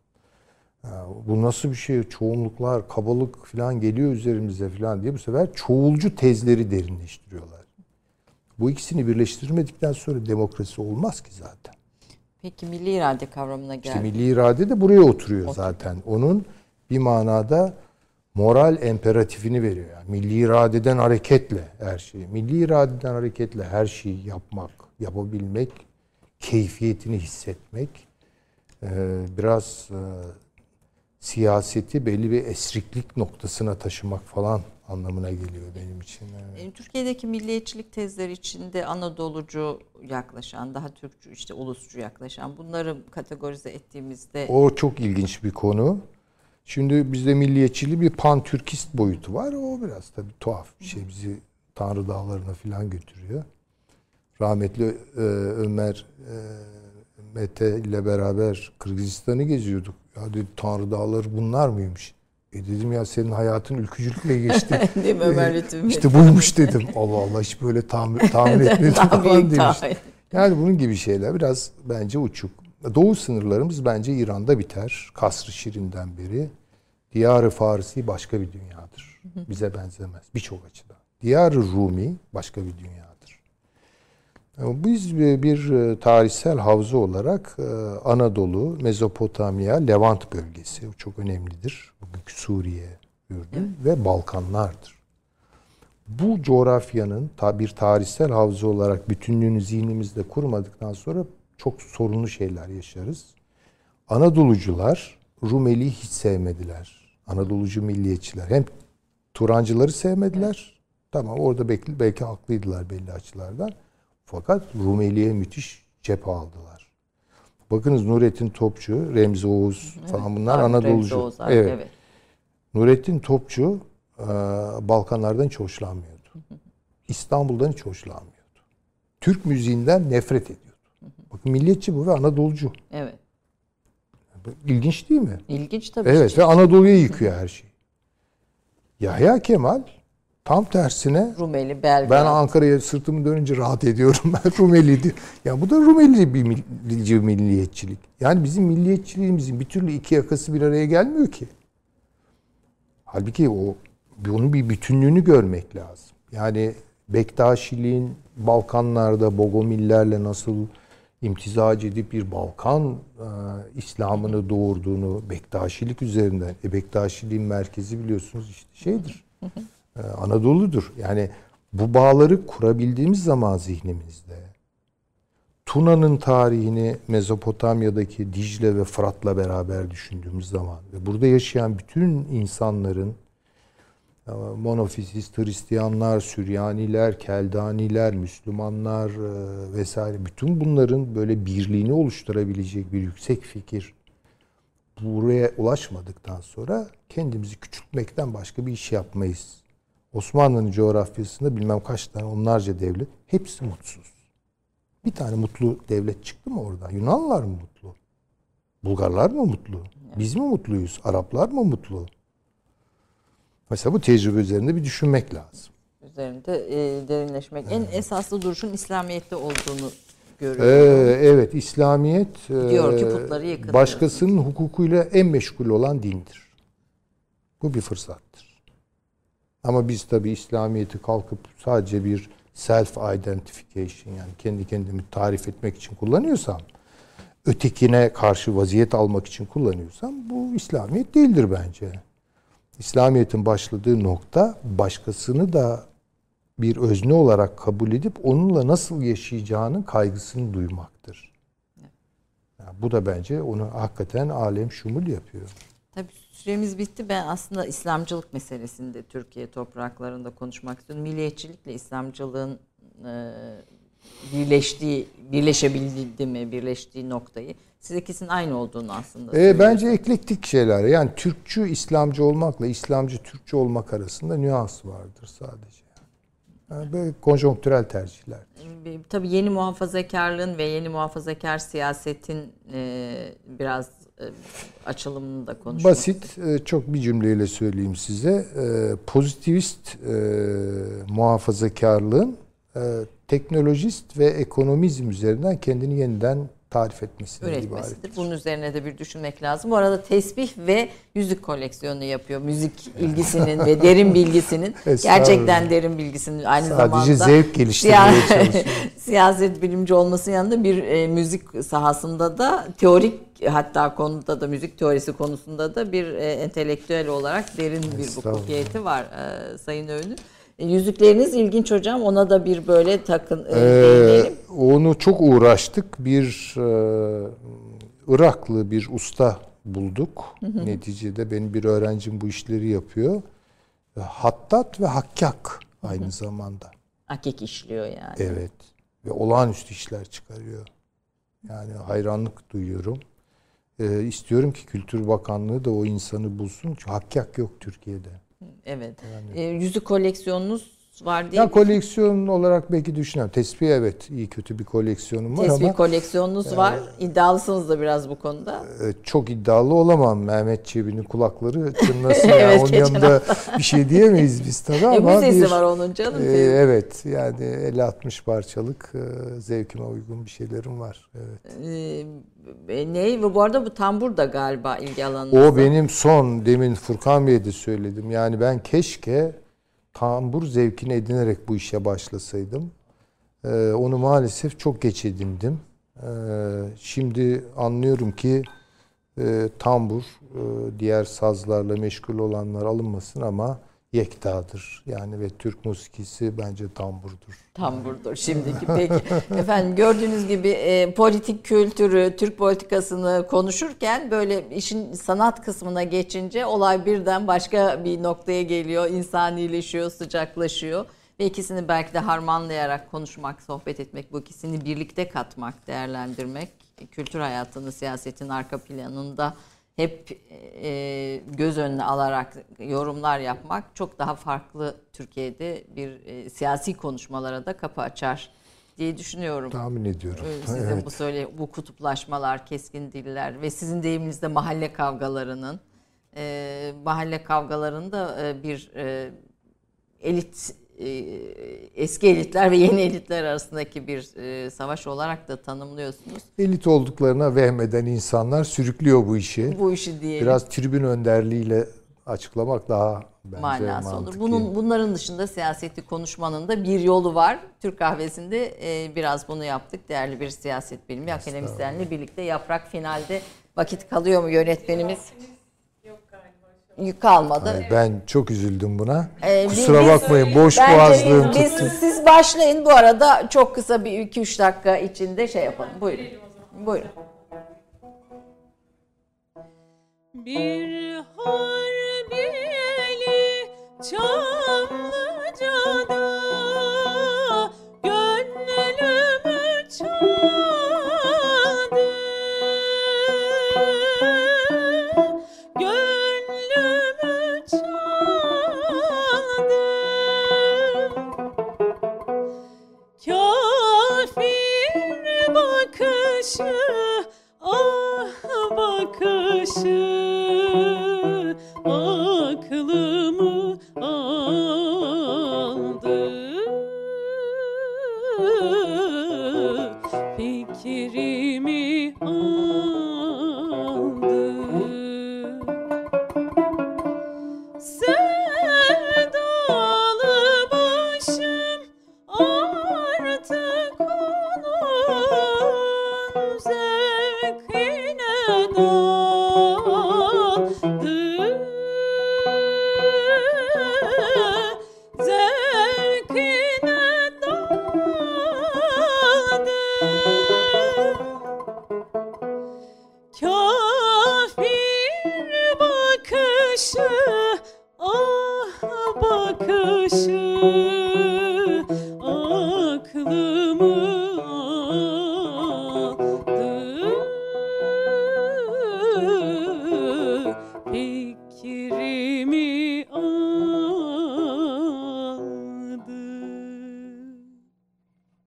Speaker 3: Bu nasıl bir şey? Çoğunluklar, kabalık falan geliyor üzerimize falan diye bu sefer çoğulcu tezleri derinleştiriyorlar. Bu ikisini birleştirmedikten sonra demokrasi olmaz ki zaten.
Speaker 2: Peki milli irade kavramına geldi.
Speaker 3: İşte milli irade de buraya oturuyor zaten. Onun bir manada moral imperatifini veriyor. Yani milli iradeden hareketle her şeyi. Milli iradeden hareketle her şeyi yapmak, yapabilmek, keyfiyetini hissetmek, biraz siyaseti belli bir esriklik noktasına taşımak falan anlamına geliyor benim için. Evet.
Speaker 2: Türkiye'deki milliyetçilik tezleri içinde Anadolucu yaklaşan, daha Türkçü, işte ulusçu yaklaşan bunları kategorize ettiğimizde...
Speaker 3: O çok ilginç bir konu. Şimdi bizde milliyetçiliği bir pan-Türkist boyutu var. O biraz tabii tuhaf bir şey. Bizi Tanrı Dağları'na falan götürüyor. Rahmetli Ömer Mete ile beraber Kırgızistan'ı geziyorduk. Ya dedi Tanrı Dağları bunlar mıymış? Dedim ya senin hayatın ülkücülükle geçti.
Speaker 2: Değil mi Ömer Lütfü?
Speaker 3: İşte buymuş dedim. Allah Allah hiç böyle tahmin etmedim falan demiştim. Yani bunun gibi şeyler biraz bence uçuk. Doğu sınırlarımız bence İran'da biter. Kasr-ı Şirin'den beri. Diyar-ı Farisi başka bir dünyadır. Bize benzemez birçok açıdan. Diyar-ı Rumi başka bir dünyadır. Biz bir tarihsel havza olarak Anadolu, Mezopotamya, Levant bölgesi çok önemlidir. Bugünkü Suriye, Ürdün ve Balkanlardır. Bu coğrafyanın bir tarihsel havza olarak bütünlüğünü zihnimizde kurmadıktan sonra çok sorunlu şeyler yaşarız. Anadolucular Rumeli'yi hiç sevmediler. Anadolucu milliyetçiler. Hem Turancıları sevmediler. Tamam orada belki haklıydılar belli açılardan. Fakat Rumeli'ye müthiş cephe aldılar. Bakınız Nurettin Topçu, Remzi Oğuz falan bunlar Anadolucu. Evet. Nurettin Topçu Balkanlardan hiç hoşlanmıyordu. İstanbul'dan hiç hoşlanmıyordu. Türk müziğinden nefret ediyordu. Bakın milliyetçi bu ve Anadolucu.
Speaker 2: Evet.
Speaker 3: İlginç değil mi?
Speaker 2: İlginç tabii.
Speaker 3: Evet ve Anadolu'ya yıkıyor her şeyi. Yahya Kemal tam tersine
Speaker 2: Rumeli, Belgrad.
Speaker 3: Ben Ankara'ya sırtımı dönünce rahat ediyorum. Ben Rumeliydi. Ya bu da Rumeli bir milliyetçilik. Yani bizim milliyetçiliğimizin bir türlü iki yakası bir araya gelmiyor ki. Halbuki onun bir bütünlüğünü görmek lazım. Yani Bektaşiliğin Balkanlarda Bogomillerle nasıl imtizac edip bir Balkan İslam'ını doğurduğunu Bektaşilik üzerinden. Bektaşiliğin merkezi biliyorsunuz işte şeydir. Anadolu'dur. Yani bu bağları kurabildiğimiz zaman zihnimizde Tuna'nın tarihini Mezopotamya'daki Dicle ve Fırat'la beraber düşündüğümüz zaman ve burada yaşayan bütün insanların monofizist Hristiyanlar, Süryaniler, Keldaniler, Müslümanlar vesaire bütün bunların böyle birliğini oluşturabilecek bir yüksek fikir buraya ulaşmadıktan sonra kendimizi küçültmekten başka bir iş yapmayız. Osmanlı'nın coğrafyasında bilmem kaç tane onlarca devlet hepsi mutsuz. Bir tane mutlu devlet çıktı mı orada? Yunanlılar mı mutlu? Bulgarlar mı mutlu? Biz mi mutluyuz? Araplar mı mutlu? Mesela bu tecrübe üzerinde bir düşünmek lazım.
Speaker 2: Üzerinde derinleşmek. En esaslı duruşun İslamiyet'te olduğunu görüyoruz.
Speaker 3: Evet, İslamiyet
Speaker 2: diyor ki putları yıkın.
Speaker 3: Başkasının hukukuyla en meşgul olan dindir. Bu bir fırsattır. Ama biz tabii İslamiyet'i kalkıp sadece bir self-identification yani kendi kendimi tarif etmek için kullanıyorsam, ötekine karşı vaziyet almak için kullanıyorsam bu İslamiyet değildir bence. İslamiyet'in başladığı nokta başkasını da bir özne olarak kabul edip onunla nasıl yaşayacağının kaygısını duymaktır. Yani bu da bence onu hakikaten alem şumul yapıyor.
Speaker 2: Tabii süremiz bitti. Ben aslında İslamcılık meselesinde Türkiye topraklarında konuşmak istiyorum. Milliyetçilikle İslamcılığın birleşebildi mi, birleştiği noktayı. Siz ikisinin aynı olduğunu aslında
Speaker 3: bence eklektik şeyler. Yani Türkçü İslamcı olmakla İslamcı Türkçü olmak arasında nüans vardır sadece. Yani böyle konjonktürel tercihler.
Speaker 2: Tabii yeni muhafazakarlığın ve yeni muhafazakar siyasetin biraz açılımını da konuşmak.
Speaker 3: Basit, çok bir cümleyle söyleyeyim size. Pozitivist muhafazakarlığın teknolojist ve ekonomizm üzerinden kendini yeniden tarif etmesinden ibarettir.
Speaker 2: Bunun üzerine de bir düşünmek lazım. Bu arada tesbih ve yüzük koleksiyonu yapıyor. Müzik ilgisinin ve derin bilgisinin, gerçekten derin bilgisinin aynı zamanda
Speaker 3: sadece zevk geliştirmeye çalışıyor.
Speaker 2: Siyaset bilimci olmasının yanında bir müzik sahasında da teorik, hatta konuda da müzik teorisi konusunda da bir entelektüel olarak derin bir hukukiyeti var Sayın Öğün'ün. Yüzükleriniz ilginç hocam. Ona da bir böyle değinelim.
Speaker 3: Onu çok uğraştık. Bir Iraklı bir usta bulduk. Neticede benim bir öğrencim bu işleri yapıyor. Hattat ve hakkak aynı zamanda.
Speaker 2: Hakik işliyor yani.
Speaker 3: Evet. Ve olağanüstü işler çıkarıyor. Yani hayranlık duyuyorum. İstiyorum ki Kültür Bakanlığı da o insanı bulsun. Çünkü hakkak yok Türkiye'de.
Speaker 2: Evet. Yani. Yüzük koleksiyonunuz var diye.
Speaker 3: Ya koleksiyon olarak belki düşünüyorum. Tespih evet iyi kötü bir koleksiyonum var
Speaker 2: Tespih
Speaker 3: ama
Speaker 2: koleksiyonunuz var. İddialısınız da biraz bu konuda.
Speaker 3: çok iddialı olamam. Mehmet Çebi'nin kulakları çınlasın.
Speaker 2: Evet,
Speaker 3: Yani onun
Speaker 2: geçen
Speaker 3: yanında bir şey diyemeyiz biz tabii ama
Speaker 2: müzesi var onun canım.
Speaker 3: evet yani 50-60 parçalık zevkime uygun bir şeylerim var. Evet.
Speaker 2: Ne? Bu arada bu tambur da galiba ilgi alanınızda.
Speaker 3: O benim demin Furkan Bey'e de söyledim. Yani ben keşke tambur zevkini edinerek bu işe başlasaydım. Onu maalesef çok geç edindim. Şimdi anlıyorum ki tambur diğer sazlarla meşgul olanlar alınmasın ama yektadır. Yani ve Türk musikisi bence tamburdur.
Speaker 2: Tamburdur şimdiki. Peki efendim gördüğünüz gibi politik kültürü, Türk politikasını konuşurken böyle işin sanat kısmına geçince olay birden başka bir noktaya geliyor. İnsanileşiyor, sıcaklaşıyor. Ve ikisini belki de harmanlayarak konuşmak, sohbet etmek, bu ikisini birlikte katmak, değerlendirmek, kültür hayatını, siyasetin arka planında hep göz önüne alarak yorumlar yapmak çok daha farklı Türkiye'de bir siyasi konuşmalara da kapı açar diye düşünüyorum.
Speaker 3: Tahmin ediyorum.
Speaker 2: Sizin
Speaker 3: Evet.
Speaker 2: bu kutuplaşmalar, keskin diller ve sizin deyiminizde mahalle kavgalarında bir elit, eski elitler ve yeni elitler arasındaki bir savaş olarak da tanımlıyorsunuz.
Speaker 3: Elit olduklarına vehmeden insanlar sürüklüyor bu işi.
Speaker 2: Bu işi diyelim.
Speaker 3: Biraz tribün önderliğiyle açıklamak daha bence
Speaker 2: manası olur.
Speaker 3: mantıklı.
Speaker 2: Bunların dışında siyaseti konuşmanın da bir yolu var. Türk Kahvesi'nde biraz bunu yaptık. Değerli bir siyaset bilimi akademisyenle birlikte. Yaprak finalde vakit kalıyor mu yönetmenimiz? Yük kalmadı.
Speaker 3: Hayır, ben çok üzüldüm buna.
Speaker 2: Biz-
Speaker 3: Kusura bakmayın boş
Speaker 2: Bence
Speaker 3: boğazlığım tuttu.
Speaker 2: siz başlayın. Bu arada çok kısa bir 2-3 dakika içinde şey yapalım. Buyurun. Buyurun.
Speaker 1: Bir harbiyeli Çamlıca'da gönlümü çaldı, gönlümü çaldı. Kafir bakışı, ah bakışı aklımı aldı, fikrimi aldı. Sevdalı başım artık onun zevkine daldı, zevkine daldı. Kafir bakışı, ah bakışı